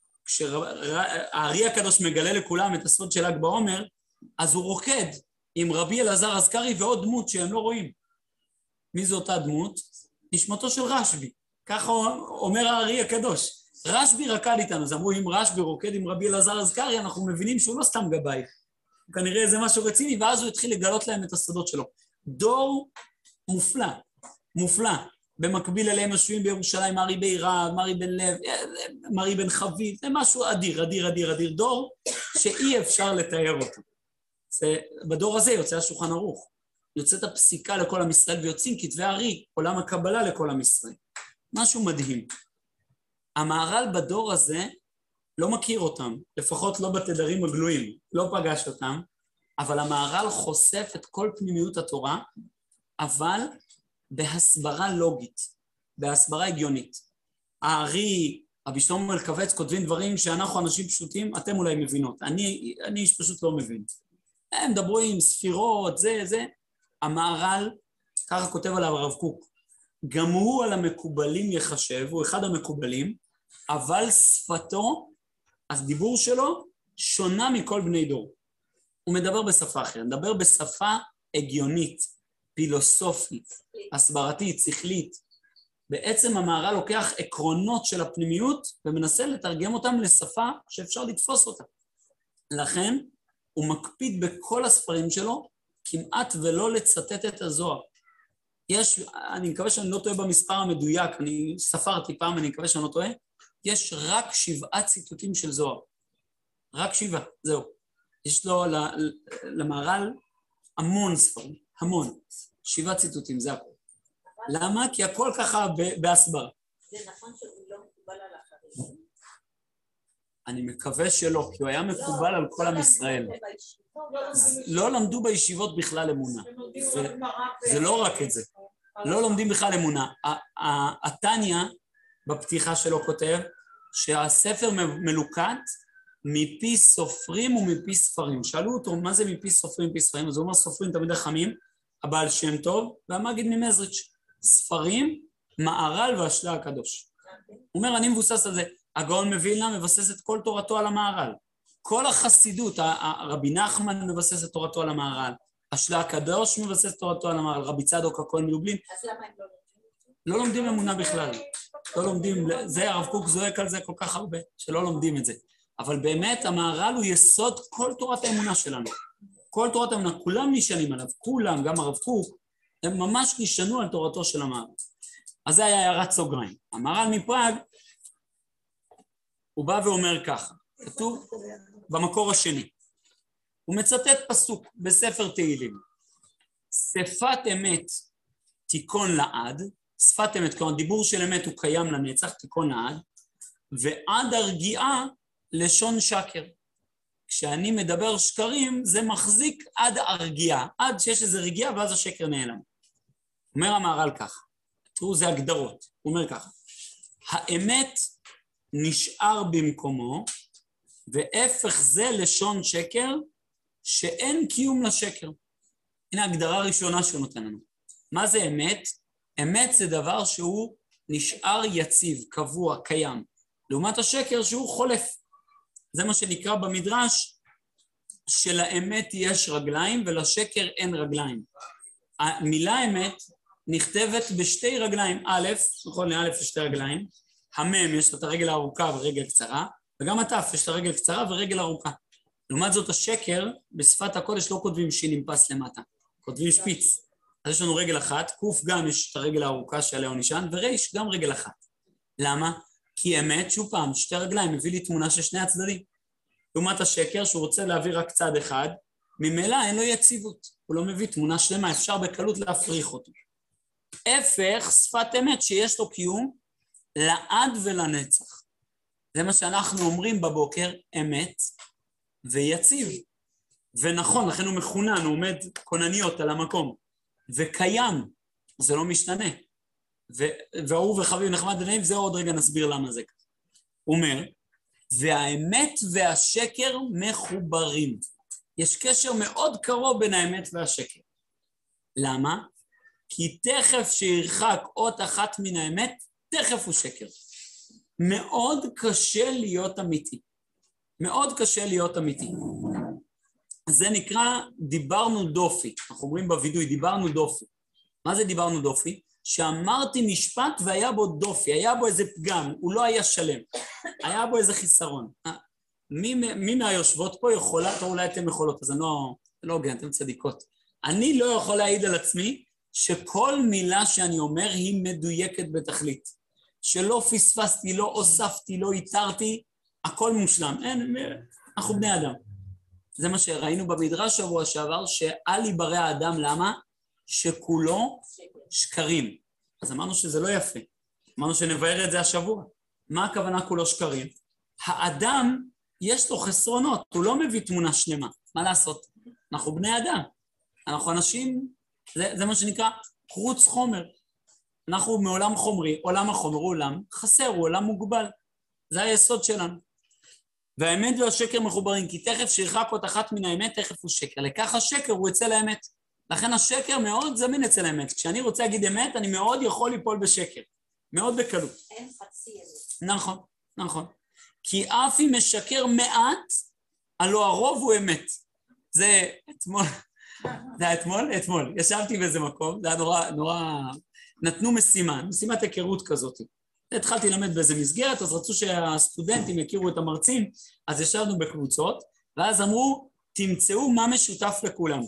כשהארי הקדוש מגלה לכולם את הסוד של ל"ג בעומר, אז הוא רוקד עם רבי אלעזר אזכרי ועוד דמות שהם לא רואים. מי זו אותה דמות? נשמתו של רשב"י. ככה אומר הארי הקדוש. רשב"י רקד איתנו, אז אמרו, אם רשב"י רוקד עם רבי אלעזר אזכרי, אנחנו מבינים שהוא לא סתם גבאי. כנראה זה משהו רציני, ואז הוא התחיל לגלות להם את הסודות שלו. דור מופלא, מופלא. במקביל אליהם יושבים בירושלים, מרי בירב, מרי בן לב, מרי בן חביב, זה משהו אדיר, אדיר, אדיר, אדיר. דור שאי אפשר לתאר אותו. בדור הזה יוצא השולחן ערוך. יוצאת הפסיקה לכל עם ישראל, ויוצאים כתבי הארי, עולם הקבלה לכל עם ישראל. משהו מדהים. המהר"ל בדור הזה לא מכיר אותם, לפחות לא בתדרים הגלויים, לא פגש אותם, אבל המהר"ל חושף את כל פנימיות התורה, אבל בהסברה לוגית, בהסברה הגיונית. הארי, רבי שלמה אלקבץ, כותבים דברים שאנחנו אנשים פשוטים, אתם אולי מבינות, אני איש פשוט לא מבין. הם מדברים, ספירות, זה. המהר"ל, ככה כותב עליו הרב קוק, גם הוא על המקובלים יחשב, הוא אחד המקובלים, אבל שפתו, הדיבור שלו, שונה מכל בני דור. הוא מדבר בשפה אחרת, מדבר בשפה הגיונית, פילוסופית, הסברתית, שכלית. בעצם המהר"ל לוקח עקרונות של הפנימיות, ומנסה לתרגם אותם לשפה שאפשר לתפוס אותה. לכן, הוא מקפיד בכל הספרים שלו, כמעט ולא לצטט את הזוהר. אני מקווה שאני לא טועה במספר המדויק, אני ספרתי פעם, אני מקווה שאני לא טועה, יש רק 7 ציטוטים של זוהר. רק 7, זהו. יש לו למהר"ל המון ספרים, המון. 7 ציטוטים, זה הכל. למה? כי הכל ככה בהסברה. זה נכון שהוא לא מקובל על החרדים? אני מקווה שלא, כי הוא היה מקובל על כל עם ישראל. לא למדו בישיבות בכלל אמונה. זה לא רק את זה. לא לומדים בכלל אמונה. התניא בפתיחה שלו כותב שהספר מלוקט מפי סופרים ומפי ספרים. שאלו אותו מה זה מפי סופרים ומפי ספרים, אז הוא אומר סופרים תמיד חכמים, הבעל שם טוב והמגיד ממזריץ', ספרים, מהר"ל והשלה הקדוש. הוא אומר אני מבוסס על זה. הגאון מווילנה מבסס את כל תורתו על המהר"ל. כל החסידות, רבי נחמן מבסס את תורתו על המהר"ל, השלה הקדוש מבסס את תורתו על המהר"ל, רבי צדוק הכהן מלובלין. אז למה הם לא לומדים? לא לומדים אמונה בכלל. לא לומדים, זה הרב קוק זועק על זה כל כך הרבה, שלא לומדים את זה. אבל באמת המהר"ל הוא יסוד כל תורת האמונה שלנו. כל תורת האמונה, כולם נשענים עליו, כולם, גם הרב קוק, הם ממש נשענו על תורתו של המהר"ל. אז זה היה הערת סוגריים. המהר"ל מפראג, הוא בא ואומר ככה, כתוב במקור השני, הוא מצטט פסוק בספר תהילים, שפת אמת תיכון לעד, שפת אמת, כלומר דיבור של אמת הוא קיים לנצח, תיכון לעד, ועד הרגיעה לשון שקר. כשאני מדבר שקרים זה מחזיק עד הרגיעה, עד שיש איזה רגיעה ואז השקר נעלם. אומר המהר"ל ככה, תראו זה הגדרות, הוא אומר ככה, האמת נשאר במקומו, והפך זה לשון שקר, שאין קיום לשקר. הנה הגדרה ראשונה שהוא נותן לנו. מה זה אמת? אמת זה דבר שהוא נשאר יציב, קבוע, קיים. לעומת השקר שהוא חולף. זה מה שנקרא במדרש, שלאמת יש רגליים ולשקר אין רגליים. המילה אמת נכתבת בשתי רגליים. א', נכון, לא' יש שתי רגליים. המם יש את הרגל הארוכה ורגל קצרה, וגם התף יש את הרגל קצרה ורגל ארוכה. לעומת זאת השקר, בשפת הקודש לא כותבים שין עם פס למטה, כותבים שפיץ. אז יש לנו רגל אחת, קוף גם יש את הרגל הארוכה שעליה הוא נשען, וריש גם רגל אחת. למה? כי אמת, שוב פעם, שתי רגליים, מביא לי תמונה של שני הצדדים. לעומת השקר, שהוא רוצה להביא רק צד אחד, ממילא אין לו יציבות, הוא לא מביא תמונה שלמה, אפשר בקלות להפריך אותו. הפך שפת אמת שיש לו קיום לעד ולנצח. זה מה שאנחנו אומרים בבוקר, אמת ויציב. ונכון, לכן הוא מכונן, הוא עומד כונניות על המקום. וקיים, זה לא משתנה. והוא וחביב נחמד ונעים, זה עוד רגע נסביר למה זה ככה. הוא אומר, והאמת והשקר מחוברים. יש קשר מאוד קרוב בין האמת והשקר. למה? כי תכף שירחק אות אחת מן האמת, תכף הוא שקר. מאוד קשה להיות אמיתי. מאוד קשה להיות אמיתי. זה נקרא דיברנו דופי. אנחנו אומרים בווידוי, דיברנו דופי. מה זה דיברנו דופי? שאמרתי משפט והיה בו דופי, היה בו איזה פגם, הוא לא היה שלם. היה בו איזה חיסרון. מי מהיושבות פה יכולה, אולי אתם יכולות, אז אני לא הוגן, אתם צדיקות. אני לא יכול להעיד על עצמי שכל מילה שאני אומר היא מדויקת בתכלית. שלא פספסתי, לא הוספתי, לא איתרתי, הכל מושלם. אין, אנחנו בני אדם. זה מה שראינו במדרש שבוע שעבר, שאל יברא האדם, למה? שכולו שקרים. אז אמרנו שזה לא יפה. אמרנו שנבהר את זה השבוע. מה הכוונה כולו שקרים? האדם, יש לו חסרונות, הוא לא מביא תמונה שלמה. מה לעשות? אנחנו בני אדם. אנחנו אנשים, זה מה שנקרא קרוץ חומר. אנחנו מעולם חומרי, עולם החומר הוא עולם חסר, הוא עולם מוגבל. זה היסוד שלנו. והאמת והשקר מחוברים, כי תכף שירחק אות אחת מן האמת, תכף הוא שקר. לכך השקר הוא אצל האמת. לכן השקר מאוד זמין אצל האמת. כשאני רוצה להגיד אמת, אני מאוד יכול ליפול בשקר. מאוד בקלות. אין חצי אמת. נכון, נכון. כי אף אם משקר מעט, הלא הרוב הוא אמת. זה אתמול. זה היה אתמול. ישבתי באיזה מקום, זה היה נורא... נתנו משימת היכרות כזאת. התחלתי ללמד באיזה מסגרת, אז רצו שהסטודנטים יכירו את המרצים, אז ישבנו בקבוצות, ואז אמרו, תמצאו מה משותף לכולם.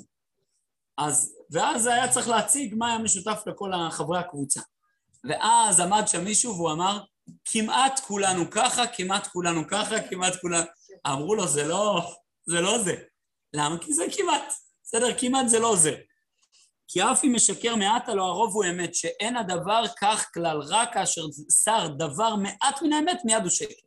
ואז היה צריך להציג מה היה משותף לכל חברי הקבוצה. ואז עמד שם מישהו והוא אמר, כמעט כולנו ככה, כמעט כולנו ככה, כמעט כולנו... אמרו לו, זה לא זה. למה? כי זה כמעט. בסדר, כמעט זה לא זה. כי אף אם משקר מעט, הלא הרוב הוא אמת, שאין הדבר כך כלל, רק כאשר שר דבר מעט מן האמת, מיד הוא שקר.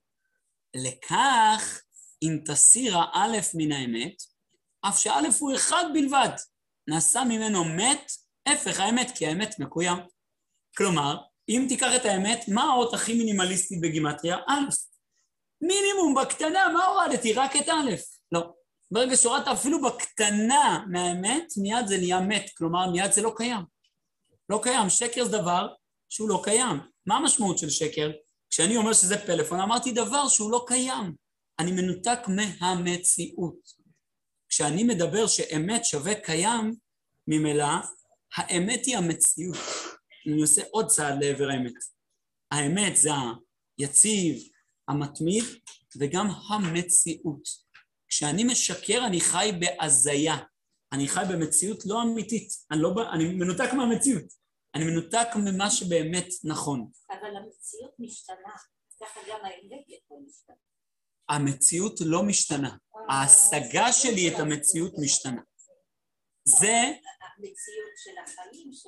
לכך, אם תסיר האלף מן האמת, אף שאלף הוא אחד בלבד, נעשה ממנו מת, הפך האמת, כי האמת מקוים. כלומר, אם תיקח את האמת, מה האות הכי מינימליסטי בגימטריה? אלף. מינימום בקטנה, מה הורדתי? רק את אלף. לא. ברגע שהורדת אפילו בקטנה מהאמת, מיד זה נהיה מת, כלומר מיד זה לא קיים. לא קיים, שקר זה דבר שהוא לא קיים. מה המשמעות של שקר? כשאני אומר שזה פלאפון, אמרתי דבר שהוא לא קיים. אני מנותק מהמציאות. כשאני מדבר שאמת שווה קיים, ממילא, האמת היא המציאות. אני עושה עוד צעד לעבר האמת. האמת זה היציב, המתמיד, וגם המציאות. כשאני משקר, אני חי בהזיה. אני חי במציאות לא אמיתית. אני מנותק מהמציאות. אני מנותק ממה שבאמת נכון. אבל המציאות משתנה. ככה גם האמת יכול להשתנה. המציאות לא משתנה. ההשגה שלי את המציאות משתנה. זה... המציאות של החיים, של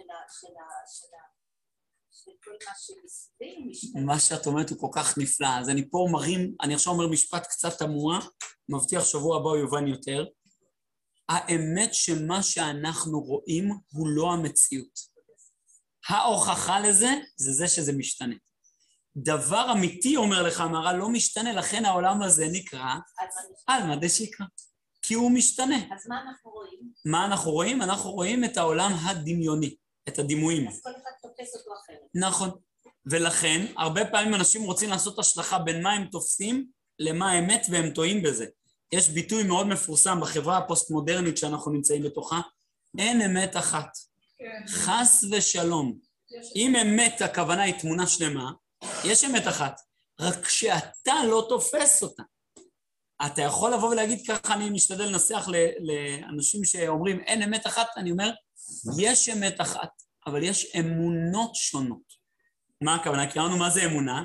כל מה שמסביב משתנה. מה שאת אומרת הוא כל כך נפלא. אז אני פה מרים, אני עכשיו אומר משפט קצת תמוה, מבטיח שבוע הבא הוא יובן יותר. האמת שמה שאנחנו רואים הוא לא המציאות. ההוכחה לזה זה זה שזה משתנה. דבר אמיתי אומר לך, המראה לא משתנה, לכן העולם הזה נקרא עלמא דשיקרא. כי הוא משתנה. אז מה אנחנו רואים? מה אנחנו רואים? אנחנו רואים את העולם הדמיוני, את הדימויים. אז כל אחד תופס אותו אחרת. נכון. ולכן, הרבה פעמים אנשים רוצים לעשות השלכה בין מה הם תופסים למה האמת, והם טועים בזה. יש ביטוי מאוד מפורסם בחברה הפוסט-מודרנית שאנחנו נמצאים בתוכה, אין אמת אחת. חס ושלום. אם אמת הכוונה היא תמונה שלמה, יש אמת אחת, רק שאתה לא תופס אותה. אתה יכול לבוא ולהגיד ככה, אני משתדל לנסח לאנשים שאומרים אין אמת אחת, אני אומר, יש אמת אחת, אבל יש אמונות שונות. מה הכוונה? קראנו מה זה אמונה?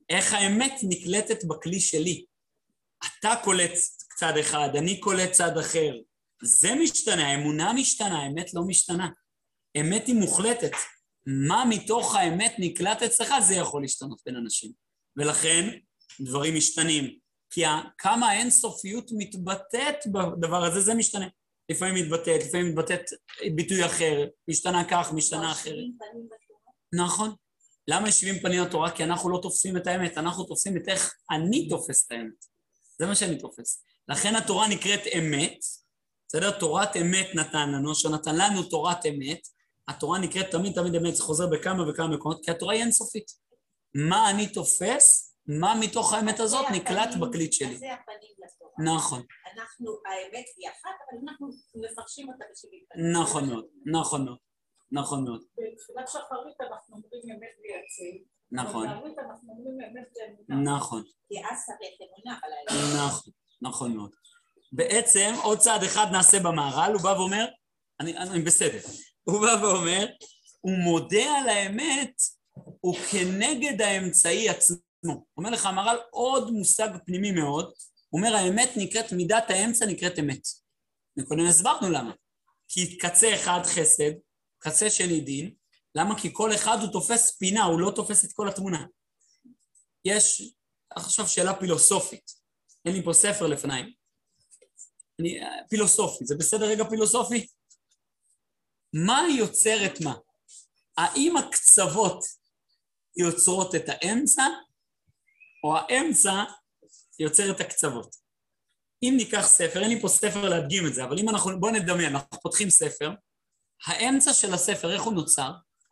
איך האמת נקלטת בכלי שלי. אתה קולט צד אחד, אני קולט צד אחר. זה משתנה, האמונה משתנה, האמת לא משתנה. אמת היא מוחלטת. מה מתוך האמת נקלט אצלך, זה יכול להשתנות בין אנשים. ולכן דברים משתנים. כי כמה האינסופיות מתבטאת בדבר הזה, זה משתנה. לפעמים מתבטאת ביטוי אחר, משתנה כך, משתנה אחרת. נכון. למה 70 פנים לתורה? כי אנחנו לא תופסים את האמת, אנחנו תופסים את איך אני תופס את האמת. זה מה שאני תופס. לכן התורה נקראת אמת, בסדר? תורת אמת נתן לנו, שנתן לנו תורת אמת, התורה נקראת תמיד אמת, זה חוזר בכמה וכמה מקומות, כי התורה היא אינסופית. מה אני תופס, מה מתוך האמת הזאת נקלט בקליט שלי. זה הפנים לתורה. נכון. אנחנו, האמת היא אחת, אבל אנחנו מפרשים אותה בשביל פנים. נכון מאוד, נכון מאוד, נכון מאוד. בתפילת שחרית אנחנו אומרים אמת ויציב. נכון. ובערבית אנחנו אומרים אמת ואמונה. נכון. כי אז צריך אמונה, אבל... נכון, נכון מאוד. בעצם עוד צעד אחד נעשה במהר"ל, הוא בא ואומר, אני בסדר, הוא בא ואומר, הוא מודה על האמת, הוא כנגד האמצעי עצמו. אומר לך המהר"ל עוד מושג פנימי מאוד, הוא אומר האמת נקראת, מידת האמצע נקראת אמת. קודם הסברנו למה. כי קצה אחד חסד, קצה שני דין, למה? כי כל אחד הוא תופס פינה, הוא לא תופס את כל התמונה. יש עכשיו שאלה פילוסופית, אין לי פה ספר לפניי. פילוסופי, זה בסדר רגע פילוסופי? מה יוצר את מה? האם הקצוות יוצרות את האמצע, או האמצע יוצר את הקצוות? אם ניקח ספר, אין לי פה ספר להדגים את זה, אבל אם אנחנו, בואו נדמיין, אנחנו פותחים ספר, האמצע של הספר, איך הוא נוצר?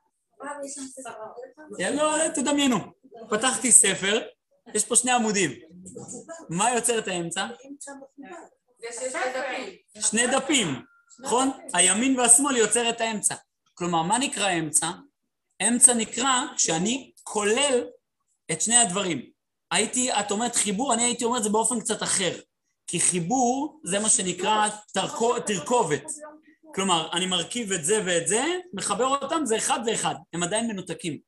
לא, תדמיינו. פתחתי ספר, יש פה 2 עמודים. מה יוצר את האמצע? שני דפים, נכון? הימין והשמאל יוצר את האמצע. כלומר, מה נקרא אמצע? אמצע נקרא שאני כולל את שני הדברים. את אומרת חיבור, אני הייתי אומר את זה באופן קצת אחר. כי חיבור זה מה שנקרא תרכובת. כלומר, אני מרכיב את זה ואת זה, מחבר אותם, זה אחד ואחד. הם עדיין מנותקים.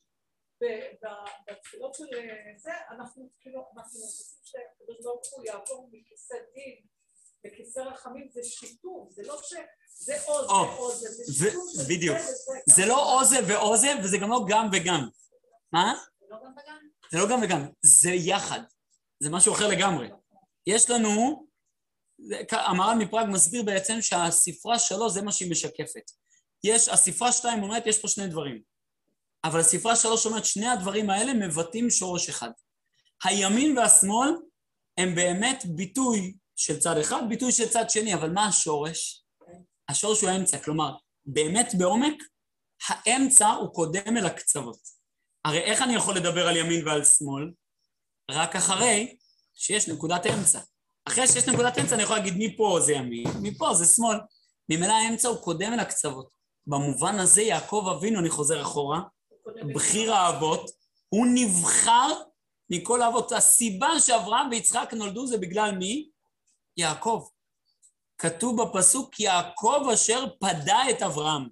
בתפילות של זה, אנחנו רוצים שהקדוש ברוך הוא יעבור מכיסא דין לכיסא רחמים, זה שיתוף, זה לא שזה או זה, זה שיתוף. בדיוק. זה לא או זה ואו זה, וזה גם לא גם וגם. מה? זה לא גם וגם? זה לא גם וגם, זה יחד. זה משהו אחר לגמרי. יש לנו, המהר"ל מפראג מסביר בעצם שהספרה שלו זה מה שהיא משקפת. הספרה 2 אומרת, יש פה 2 דברים. אבל הספרה 3 אומרת, 2 הדברים האלה מבטאים שורש אחד. הימין והשמאל הם באמת ביטוי של צד אחד, ביטוי של צד שני, אבל מה השורש? השורש הוא האמצע, כלומר, באמת בעומק, האמצע הוא קודם אל הקצוות. הרי איך אני יכול לדבר על ימין ועל שמאל? רק אחרי שיש נקודת אמצע. אחרי שיש נקודת אמצע אני יכול להגיד מפה זה ימין, מפה זה שמאל. ממילא האמצע הוא קודם אל הקצוות. במובן הזה יעקב אבינו, אני חוזר אחורה, בחיר האבות, הוא נבחר מכל האבות. הסיבה שאברהם ויצחק נולדו זה בגלל מי? יעקב. כתוב בפסוק, יעקב אשר פדה את אברהם.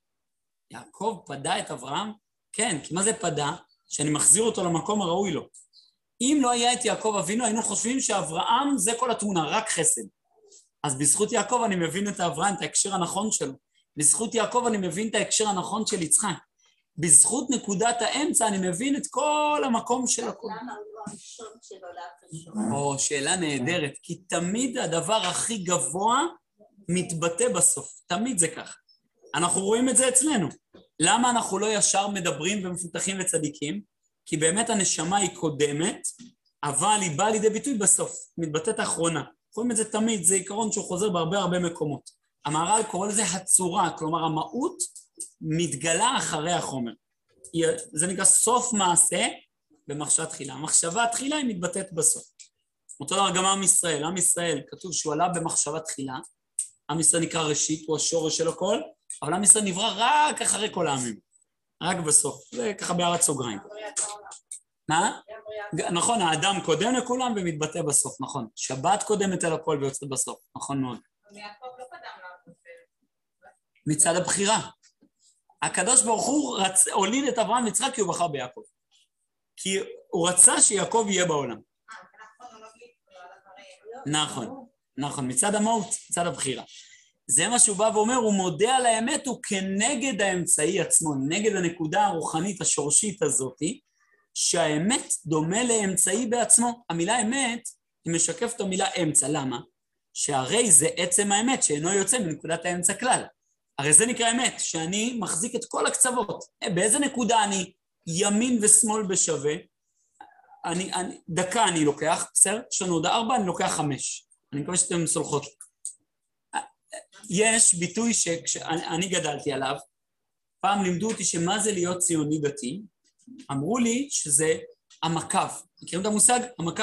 יעקב פדה את אברהם? כן, כי מה זה פדה? שאני מחזיר אותו למקום הראוי לו. אם לא היה את יעקב אבינו, היינו חושבים שאברהם זה כל התמונה, רק חסד. אז בזכות יעקב אני מבין את אברהם, את ההקשר הנכון שלו. בזכות יעקב אני מבין את ההקשר הנכון של יצחק. בזכות נקודת האמצע אני מבין את כל המקום של הכל. למה הוא לא הראשון שלו לאחר? או, שאלה נהדרת, כי תמיד הדבר הכי גבוה מתבטא בסוף. תמיד זה כך. אנחנו רואים את זה אצלנו. למה אנחנו לא ישר מדברים ומפותחים וצדיקים? כי באמת הנשמה היא קודמת, אבל היא באה לידי ביטוי בסוף, מתבטאת האחרונה. רואים את זה תמיד, זה עיקרון שהוא חוזר בהרבה הרבה מקומות. המהר"ל קורא לזה הצורה, כלומר המהות מתגלה אחרי החומר. זה נקרא סוף מעשה במחשבה תחילה. המחשבה התחילה היא מתבטאת בסוף. אותו דבר גם עם ישראל. עם ישראל, כתוב שהוא עלה במחשבה תחילה, עם ישראל נקרא ראשית, הוא השורש של הכל, אבל עם ישראל נברא רק אחרי כל העמים. רק בסוף. זה ככה בהערת סוגריים. מה? נכון, האדם קודם לכולם ומתבטא בסוף, נכון. שבת קודמת אל הכל ויוצאת בסוף, נכון מאוד. יעקב לא קדם לה. מצד הבחירה. הקדוש ברוך הוא הוליד את אברהם ויצחק כי הוא בחר ביעקב. כי הוא רצה שיעקב יהיה בעולם. נכון, נכון, מצד המהות, מצד הבחירה. זה מה שהוא בא ואומר, הוא מודה על האמת, הוא כנגד האמצעי עצמו, נגד הנקודה הרוחנית השורשית הזאת, שהאמת דומה לאמצעי בעצמו. המילה אמת היא משקפת את המילה אמצע, למה? שהרי זה עצם האמת, שאינו יוצא מנקודת האמצע כלל. הרי זה נקרא אמת, שאני מחזיק את כל הקצוות. באיזה נקודה אני ימין ושמאל בשווה? דקה אני לוקח, בסדר? יש לנו עוד 4, אני לוקח 5. אני מקווה שאתם סולחות. יש ביטוי שאני גדלתי עליו, פעם לימדו אותי שמה זה להיות ציוני דתי, אמרו לי שזה המקו. מכירים את המושג? המקו?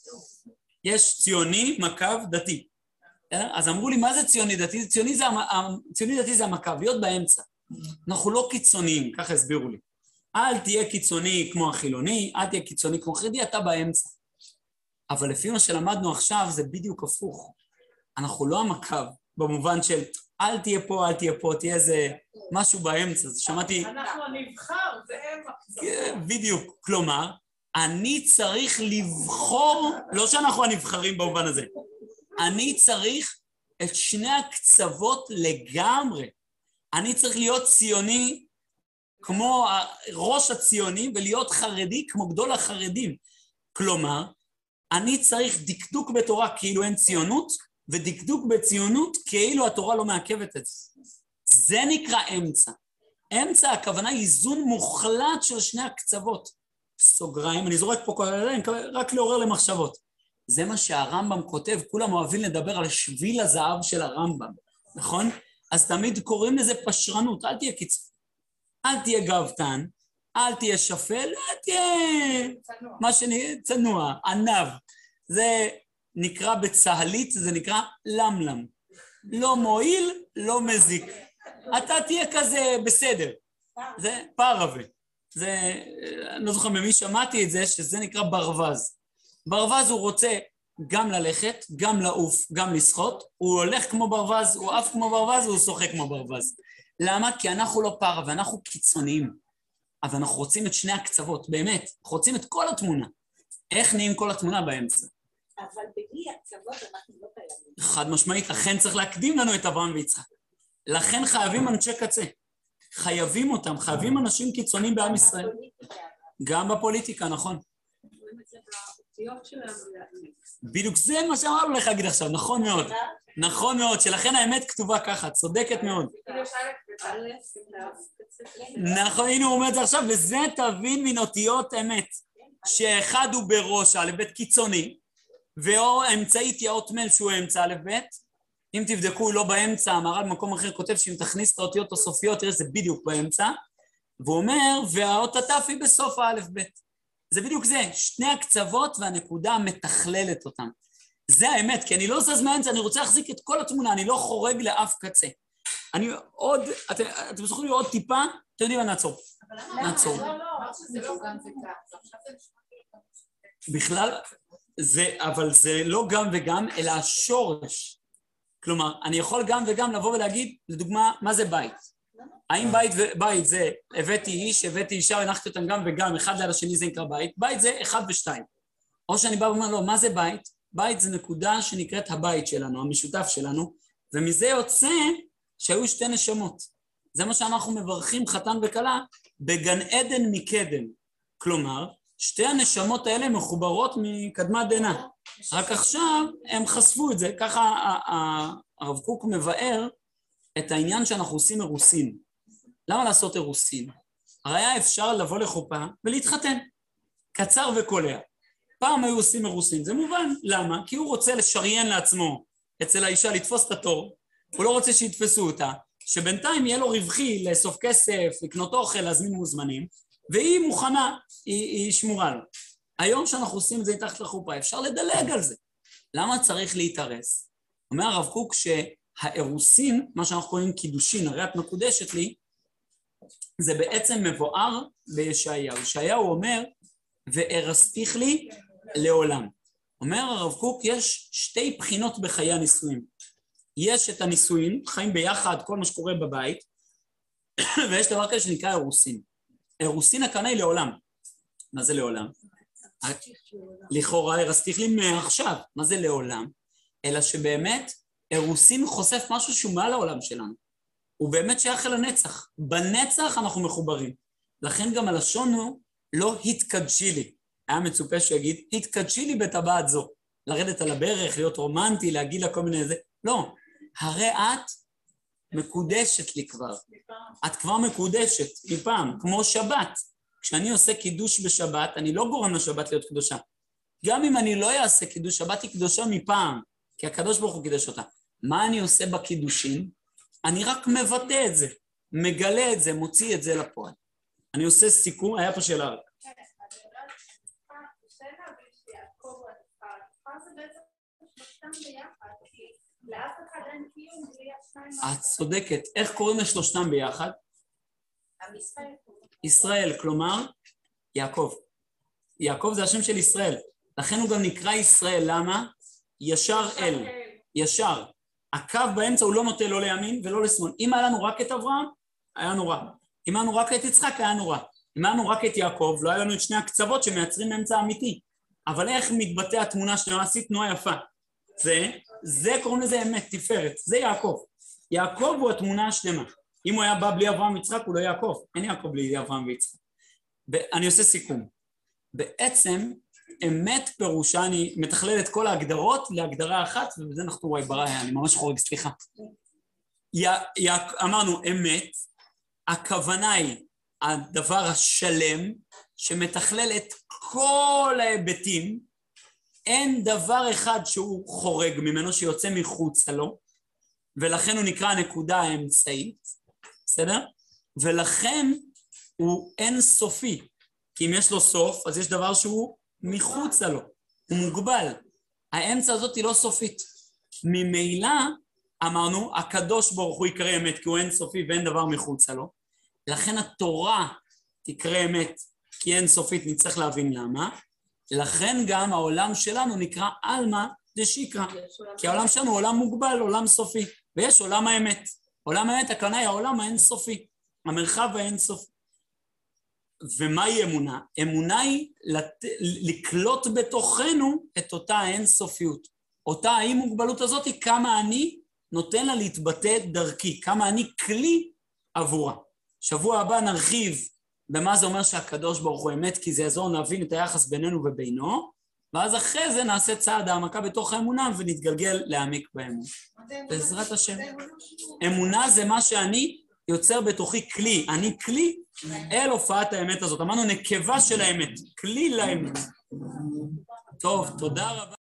יש ציוני, מקו, דתי. אז אמרו לי, מה זה ציוני דתי? ציוני דתי זה המקו, להיות באמצע. אנחנו לא קיצוניים, ככה הסבירו לי. אל תהיה קיצוני כמו החילוני, אל תהיה קיצוני כמו חרדי, אתה באמצע. אבל לפי מה שלמדנו עכשיו, זה בדיוק הפוך. אנחנו לא המקו, במובן של אל תהיה פה, אל תהיה פה, תהיה איזה משהו באמצע. זה שמעתי... אנחנו הנבחר, והם הקצוות. בדיוק. כלומר, אני צריך לבחור, לא שאנחנו הנבחרים במובן הזה, אני צריך את שני הקצוות לגמרי. אני צריך להיות ציוני כמו ראש הציונים, ולהיות חרדי כמו גדול החרדים. כלומר, אני צריך דקדוק בתורה כאילו אין ציונות, ודקדוק בציונות כאילו התורה לא מעכבת את זה. זה נקרא אמצע. אמצע, הכוונה היא איזון מוחלט של שני הקצוות. סוגריים, אני זורק פה כל הלאה, רק לעורר למחשבות. זה מה שהרמב"ם כותב, כולם אוהבים לדבר על שביל הזהב של הרמב"ם, נכון? אז תמיד קוראים לזה פשרנות, אל תהיה קיצוני. אל תהיה גאוותן, אל תהיה שפל, אל תהיה מה צנוע, ענב. זה נקרא בצהלית, זה נקרא למלם. לא מועיל, לא מזיק. אתה תהיה כזה בסדר. זה פרווה. זה, אני לא זוכר ממי שמעתי את זה, שזה נקרא ברווז. ברווז הוא רוצה גם ללכת, גם לעוף, גם לשחות. הוא הולך כמו ברווז, הוא עף כמו ברווז, והוא שוחק כמו ברווז. למה? כי אנחנו לא פרווה, אנחנו קיצוניים. אבל אנחנו רוצים את שני הקצוות, באמת. אנחנו רוצים את כל התמונה. איך נהיים כל התמונה באמצע? אבל בלי הקצוות אנחנו לא קיימים. חד משמעית, לכן צריך להקדים לנו את אברהם ויצחק. לכן חייבים אנשי קצה. חייבים אותם, חייבים אנשים קיצוניים בעם ישראל. גם בפוליטיקה, נכון. בדיוק זה מה שאמרנו לך להגיד עכשיו, נכון מאוד. נכון מאוד, שלכן האמת כתובה ככה, צודקת מאוד. נכון, הנה הוא אומר את זה עכשיו, וזה תבין מן אותיות אמת. שאחד הוא בראש א' ב' קיצוני, והאמצעית היא האות מ' שהוא האמצע א' ב'. אם תבדקו לא באמצע, המהר"ל במקום אחר כותב שאם תכניס את האותיות הסופיות, תראה זה בדיוק באמצע. והוא אומר, והאות הת' היא בסוף הא' ב'. זה בדיוק זה, שני הקצוות והנקודה המתכללת אותם. זה האמת, כי אני לא זז מהאמצע, אני רוצה להחזיק את כל התמונה, אני לא חורג לאף קצה. אני עוד, אתם זוכרים לי עוד טיפה? אתם יודעים מה, נעצור. נעצור. בכלל, אבל זה לא גם וגם, אלא השורש. כלומר, אני יכול גם וגם לבוא ולהגיד, לדוגמה, מה זה בית? האם בית זה, הבאתי איש, הבאתי אישה, הנחתי אותם גם וגם, אחד ליד השני זה נקרא בית, בית זה 1 ו-2. או שאני בא ואומר לו, מה זה בית? בית זה נקודה שנקראת הבית שלנו, המשותף שלנו, ומזה יוצא שהיו 2 נשמות. זה מה שאנחנו מברכים חתן וכלה בגן עדן מקדם. כלומר, 2 הנשמות האלה מחוברות מקדמת דנא. רק עכשיו הם חשפו את זה, ככה הרב קוק מבאר את העניין שאנחנו עושים אירוסין. למה לעשות אירוסין? הרי היה אפשר לבוא לחופה ולהתחתן, קצר וקולע. פעם היו עושים אירוסין, זה מובן. למה? כי הוא רוצה לשריין לעצמו אצל האישה לתפוס את התור, הוא לא רוצה שיתפסו אותה, שבינתיים יהיה לו רווחי לאסוף כסף, לקנות אוכל, להזמין מוזמנים, והיא מוכנה, היא שמורה לו. היום שאנחנו עושים את זה מתחת לחופה, אפשר לדלג על זה. למה צריך להתארס? אומר הרב קוק שהאירוסין, מה שאנחנו קוראים קידושין, הרי את מקודשת לי, זה בעצם מבואר בישעיהו. ישעיהו אומר, וארסתיך לי לעולם. אומר הרב קוק, יש 2 בחינות בחיי הנישואים. יש את הנישואים, חיים ביחד, כל מה שקורה בבית, ויש דבר כזה שנקרא אירוסין. אירוסין הכוונה היא לעולם. מה זה לעולם? לכאורה הרסתיך לי מעכשיו, מה זה לעולם? אלא שבאמת אירוסין חושף משהו שהוא מעל העולם שלנו. הוא באמת שייך אל הנצח. בנצח אנחנו מחוברים. לכן גם הלשון הוא לא התקדשי לי. היה מצופה שיגיד, התקדשי לי בטבעת זו. לרדת על הברך, להיות רומנטי, להגיד לה כל מיני זה. לא, הרי את מקודשת לי כבר. את כבר מקודשת מפעם, כמו שבת. כשאני עושה קידוש בשבת, אני לא גורם לשבת להיות קדושה. גם אם אני לא אעשה קידוש, שבת היא קדושה מפעם, כי הקדוש ברוך הוא קידש אותה. מה אני עושה בקידושים? אני רק מבטא את זה, מגלה את זה, מוציא את זה לפועל. אני עושה סיכום, היה פה שאלה רק. את צודקת, איך קוראים לשלושתם ביחד? ישראל, כלומר, יעקב. יעקב זה השם של ישראל, לכן הוא גם נקרא ישראל, למה? ישר אל, ישר. הקו באמצע הוא לא נוטה לא לימין ולא לשמאל. אם היה לנו רק את אברהם, היה נורא. אם היה לנו רק את יצחק, היה נורא. אם היה לנו רק את יעקב, לא היה לנו את שני הקצוות שמייצרים אמצע אמיתי. אבל איך מתבטא התמונה שלנו? עשית תנועה יפה. זה קוראים לזה אמת, תפארת. זה יעקב. יעקב הוא התמונה השלמה. אם הוא היה בא בלי אברהם ויצחק, הוא לא יעקב. אין יעקב בלי אברהם ויצחק. אני עושה סיכום. בעצם, אמת פירושה, אני מתכלל את כל ההגדרות להגדרה אחת, ובזה אנחנו רואים ברעי, אני ממש חורג, סליחה. אמרנו אמת, הכוונה היא הדבר השלם, שמתכלל את כל ההיבטים, אין דבר אחד שהוא חורג ממנו, שיוצא מחוץ לו, ולכן הוא נקרא הנקודה האמצעית, בסדר? ולכן הוא אין סופי, כי אם יש לו סוף, אז יש דבר שהוא מחוץ לו, הוא מוגבל. האמצע הזאת היא לא סופית. ממילא, אמרנו, הקדוש ברוך הוא יקרא אמת, כי הוא אין סופי ואין דבר מחוץ לו. לכן התורה תקרא אמת, כי אין סופית, נצטרך להבין למה. לכן גם העולם שלנו נקרא אלמה דשיקרא, כי העולם שלנו הוא עולם מוגבל, עולם סופי, ויש עולם האמת. עולם האמת, הכוונה היא העולם האינסופי, המרחב האינסופי. ומהי אמונה? אמונה היא לקלוט בתוכנו את אותה האינסופיות. אותה האי-מוגבלות הזאת היא כמה אני נותן לה להתבטא דרכי, כמה אני כלי עבורה. שבוע הבא נרחיב במה זה אומר שהקדוש ברוך הוא אמת, כי זה יעזור להבין את היחס בינינו ובינו, ואז אחרי זה נעשה צעד העמקה בתוך האמונה ונתגלגל להעמיק באמון. בעזרת השם. אמונה זה מה שאני יוצר בתוכי כלי. אני כלי אל הופעת האמת הזאת. אמרנו נקבה של האמת, כלי לאמת. טוב, תודה רבה.